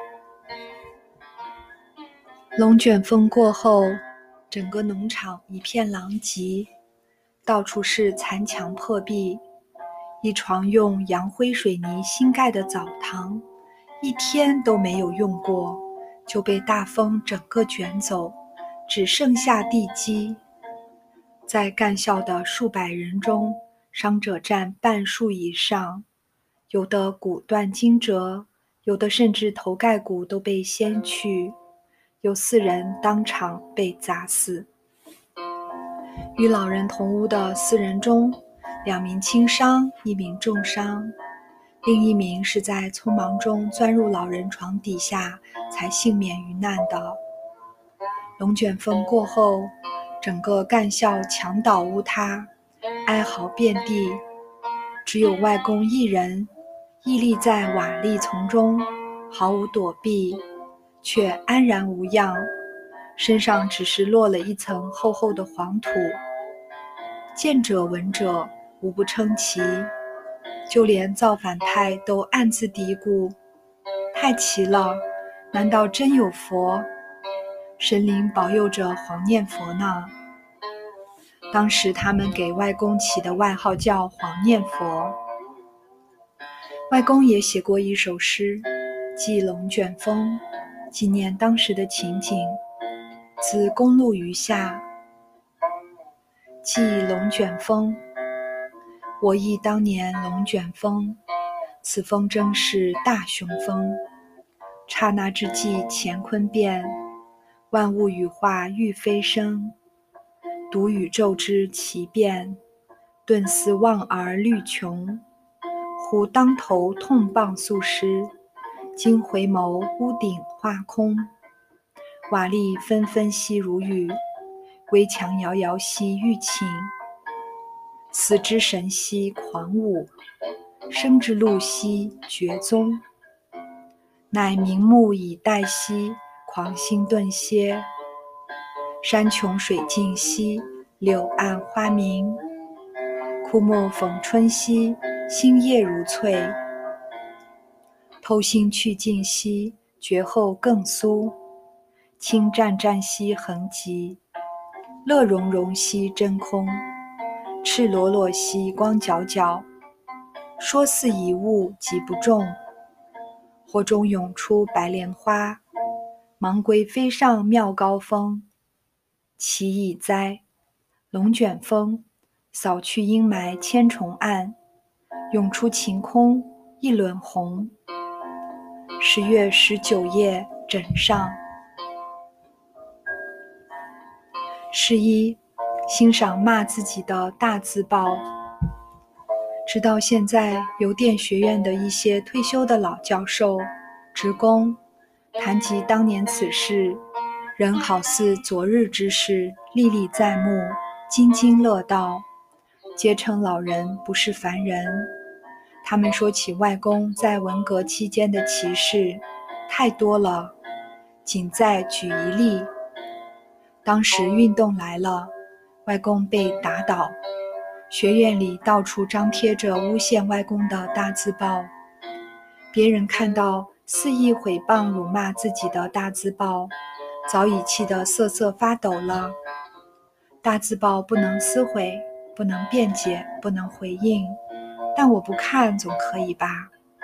龙卷风过后，整个农场一片狼藉，到处是残墙破壁，一床用洋灰水泥新盖的澡堂，一天都没有用过，就被大风整个卷走，只剩下地基。在干校的数百人中，伤者占半数以上，有的骨断筋折，有的甚至头盖骨都被掀去，有四人当场被砸死。与老人同屋的四人中，两名轻伤，一名重伤，另一名是在匆忙中钻入老人床底下才幸免于难的。龙卷风过后，整个干校墙倒屋塌，哀嚎遍地，只有外公一人屹立在瓦砾丛中，毫无躲避，却安然无恙，身上只是落了一层厚厚的黄土。见者闻者无不称奇，就连造反派都暗自嘀咕，太奇了，难道真有佛？神灵保佑着黄念佛呢。当时他们给外公起的外号叫黄念佛。外公也写过一首诗，记龙卷风，纪念当时的情景。 自公路余下，寄龙卷风。我忆当年龙卷风，此风正是大雄风。刹那之际乾坤变，万物羽化欲飞升。独宇宙之奇变，顿思望而虑穷。忽当头痛棒速施，惊回眸屋顶花空。瓦砾纷纷兮如雨，危墙摇摇兮欲倾。死之神兮狂舞，生之路兮绝踪。乃明目以待兮，狂心顿歇。山穷水尽兮，柳暗花明。枯木逢春兮，新叶如翠。偷心去尽兮，绝后更酥。轻湛湛兮恒极，乐融融兮真空。赤裸裸兮光皎皎，说似一物即不中。火中涌出白莲花，芒龟飞上妙高峰。奇异哉！龙卷风，扫去阴霾千重暗，涌出晴空一轮红。十月十九夜枕上。十一，欣赏骂自己的大字报。直到现在，邮电学院的一些退休的老教授、职工谈及当年此事，仍好似昨日之事，历历在目，津津乐道，皆称老人不是凡人。他们说起外公在文革期间的奇事，太多了，仅再举一例。当时运动来了，外公被打倒，学院里到处张贴着诬陷外公的大字报。别人看到肆意毁谤辱骂自己的大字报，早已气得瑟瑟发抖了。大字报不能撕毁，不能辩解，不能回应，但我不看总可以吧？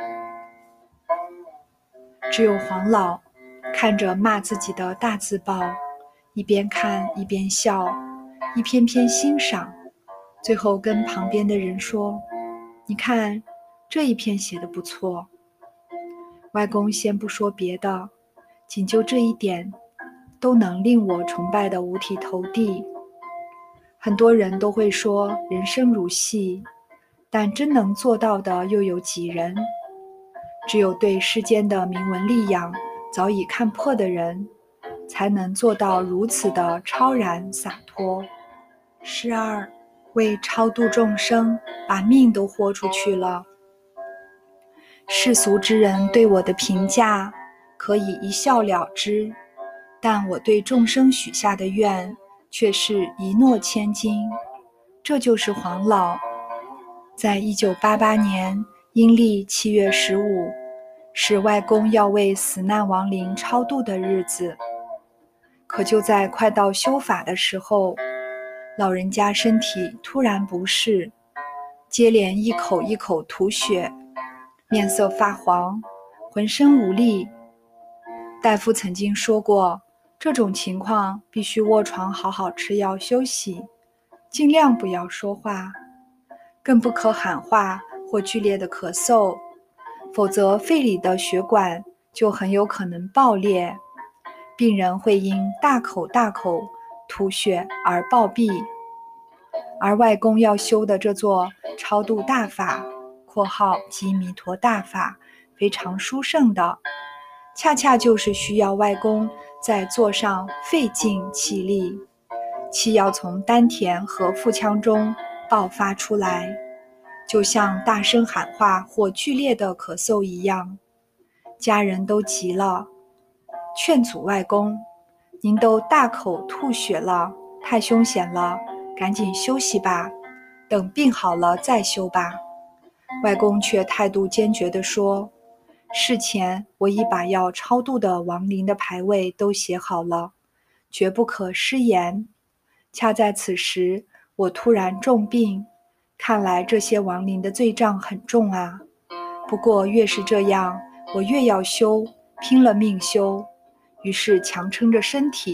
只有黄老看着骂自己的大字报，一边看一边笑，一篇篇欣赏，最后跟旁边的人说：“你看，这一篇写得不错。”外公先不说别的，仅就这一点，都能令我崇拜得五体投地。很多人都会说人生如戏，但真能做到的又有几人？只有对世间的名闻利养早已看破的人，才能做到如此的超然洒脱。十二，为超度众生，把命都豁出去了。世俗之人对我的评价可以一笑了之，但我对众生许下的愿却是一诺千金。这就是黄老在一九八八年阴历七月十五，是外公要为死难亡灵超度的日子。可就在快到修法的时候，老人家身体突然不适，接连一口一口吐血，面色发黄，浑身无力。大夫曾经说过，这种情况必须卧床好好吃药休息，尽量不要说话，更不可喊话或剧烈的咳嗽，否则肺里的血管就很有可能爆裂，病人会因大口大口吐血而暴毙。而外公要修的这座超度大法（括号即弥陀大法）非常殊胜的，恰恰就是需要外公在座上费尽气力，气要从丹田和腹腔中爆发出来，就像大声喊话或剧烈的咳嗽一样。家人都急了，劝阻外公：“您都大口吐血了，太凶险了，赶紧休息吧，等病好了再修吧。”外公却态度坚决地说：“事前我已把要超度的亡灵的牌位都写好了，绝不可失言。恰在此时，我突然重病，看来这些亡灵的罪障很重啊。不过越是这样，我越要修，拼了命修。于是强撑着身体，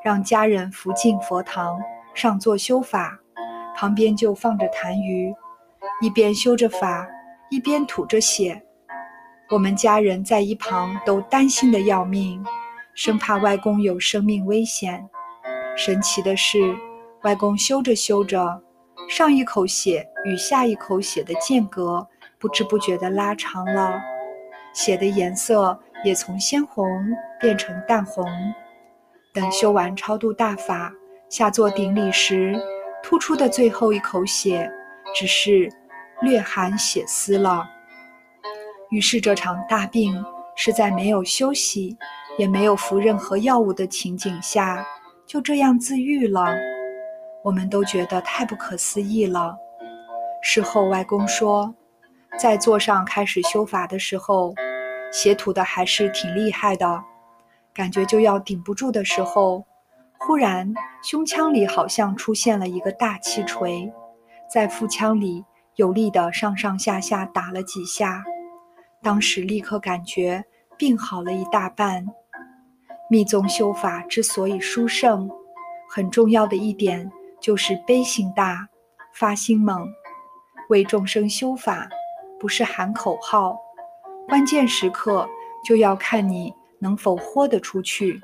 让家人扶进佛堂上座修法，旁边就放着痰盂，一边修着法，一边吐着血。我们家人在一旁都担心得要命，生怕外公有生命危险。神奇的是，外公修着修着，上一口血与下一口血的间隔不知不觉地拉长了，血的颜色也从鲜红变成淡红。等修完超度大法，下座顶礼时，吐出的最后一口血只是略含血丝了。于是这场大病是在没有休息也没有服任何药物的情景下就这样自愈了。我们都觉得太不可思议了。事后外公说，在座上开始修法的时候，血吐的还是挺厉害的，感觉就要顶不住的时候，忽然胸腔里好像出现了一个大气锤，在腹腔里有力地上上下下打了几下，当时立刻感觉病好了一大半。密宗修法之所以殊胜，很重要的一点就是悲心大，发心猛。为众生修法不是喊口号，关键时刻就要看你能否豁得出去。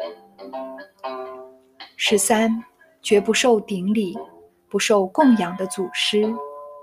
十三，绝不受顶礼，不受供养的祖师。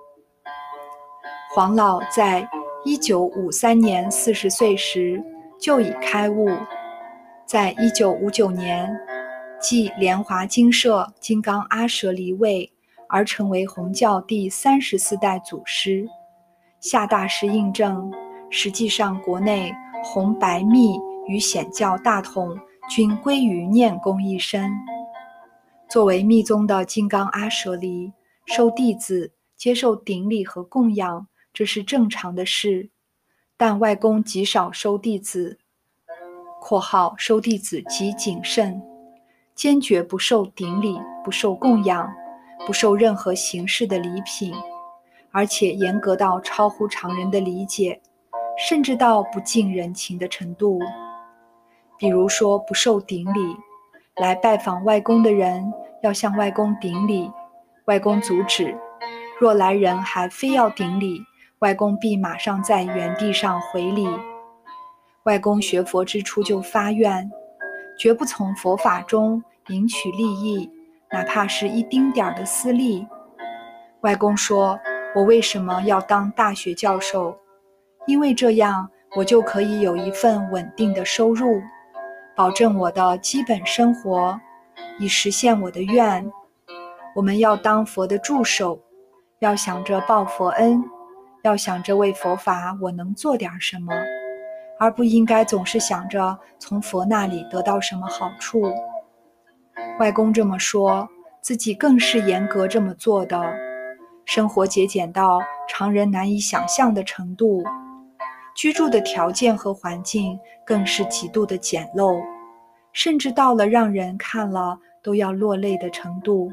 黄老在一九五三年四十岁时就已开悟，在一九五九年继莲华精舍金刚阿舍离位而成为弘教第三十四代祖师。夏大师印证，实际上国内弘白密与显教大统均归于念功一身。作为密宗的金刚阿舍离，收弟子接受顶礼和供养，这是正常的事，但外公极少收弟子（括号收弟子极谨慎），坚决不受顶礼，不受供养，不受任何形式的礼品，而且严格到超乎常人的理解，甚至到不近人情的程度。比如说不受顶礼，来拜访外公的人要向外公顶礼，外公阻止，若来人还非要顶礼，外公必马上在原地上回礼。外公学佛之初就发愿，绝不从佛法中赢取利益，哪怕是一丁点儿的私利。外公说，我为什么要当大学教授？因为这样我就可以有一份稳定的收入，保证我的基本生活，以实现我的愿。我们要当佛的助手，要想着报佛恩，要想着为佛法我能做点什么，而不应该总是想着从佛那里得到什么好处。外公这么说，自己更是严格这么做的，生活节俭到常人难以想象的程度，居住的条件和环境更是极度的简陋，甚至到了让人看了都要落泪的程度。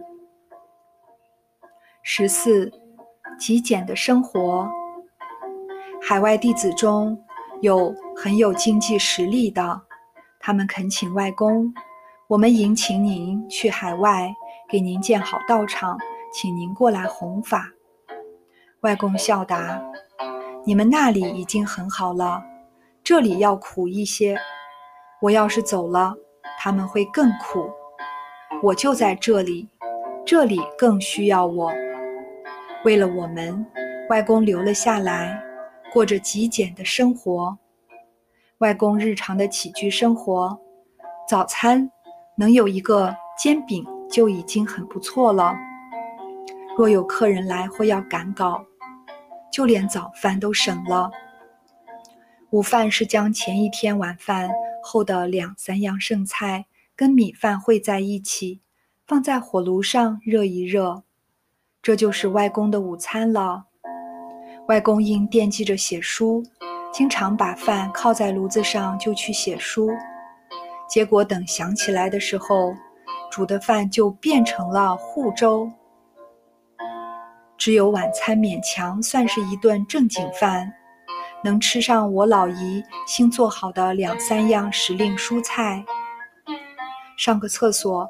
十四，极简的生活。海外弟子中有很有经济实力的，他们恳请外公，我们迎请您去海外，给您建好道场，请您过来弘法。外公笑答，你们那里已经很好了，这里要苦一些，我要是走了，他们会更苦，我就在这里，这里更需要我。为了我们，外公留了下来，过着极简的生活。外公日常的起居生活，早餐能有一个煎饼就已经很不错了，若有客人来或要赶稿，就连早饭都省了。午饭是将前一天晚饭后的两三样剩菜跟米饭烩在一起，放在火炉上热一热，这就是外公的午餐了。外公因惦记着写书，经常把饭靠在炉子上就去写书，结果等想起来的时候，煮的饭就变成了糊粥。只有晚餐勉强算是一顿正经饭，能吃上我老姨新做好的两三样时令蔬菜。上个厕所，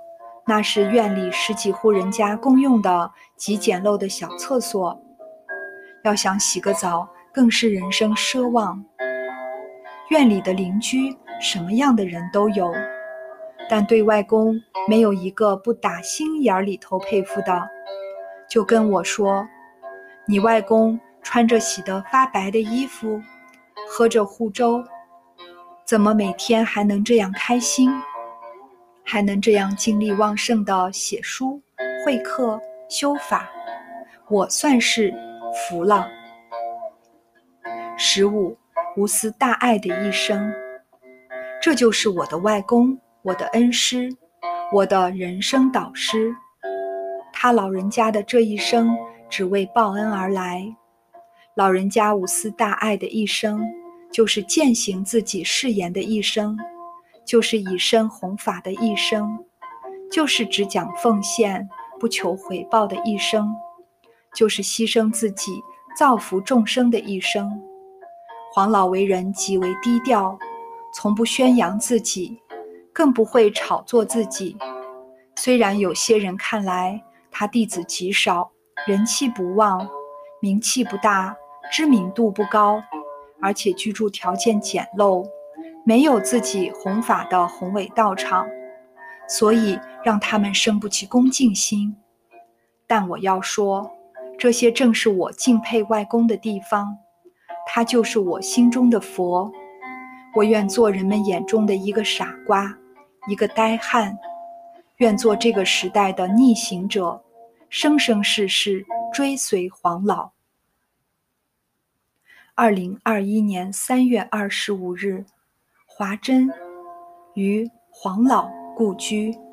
那是院里十几户人家共用的极简陋的小厕所，要想洗个澡更是人生奢望。院里的邻居什么样的人都有，但对外公没有一个不打心眼里头佩服的，就跟我说，你外公穿着洗得发白的衣服，喝着糊粥，怎么每天还能这样开心，还能这样精力旺盛地写书、会课、修法，我算是服了。十五，无私大爱的一生，这就是我的外公，我的恩师，我的人生导师。他老人家的这一生只为报恩而来，老人家无私大爱的一生，就是践行自己誓言的一生，就是以身弘法的一生，就是只讲奉献不求回报的一生，就是牺牲自己造福众生的一生。黄老为人极为低调，从不宣扬自己，更不会炒作自己。虽然有些人看来他弟子极少，人气不旺，名气不大，知名度不高，而且居住条件简陋，没有自己弘法的宏伟道场，所以让他们生不起恭敬心。但我要说，这些正是我敬佩外公的地方，他就是我心中的佛。我愿做人们眼中的一个傻瓜，一个呆汉，愿做这个时代的逆行者，生生世世追随黄老。二零二一年三月二十五日，华珍于黄老故居。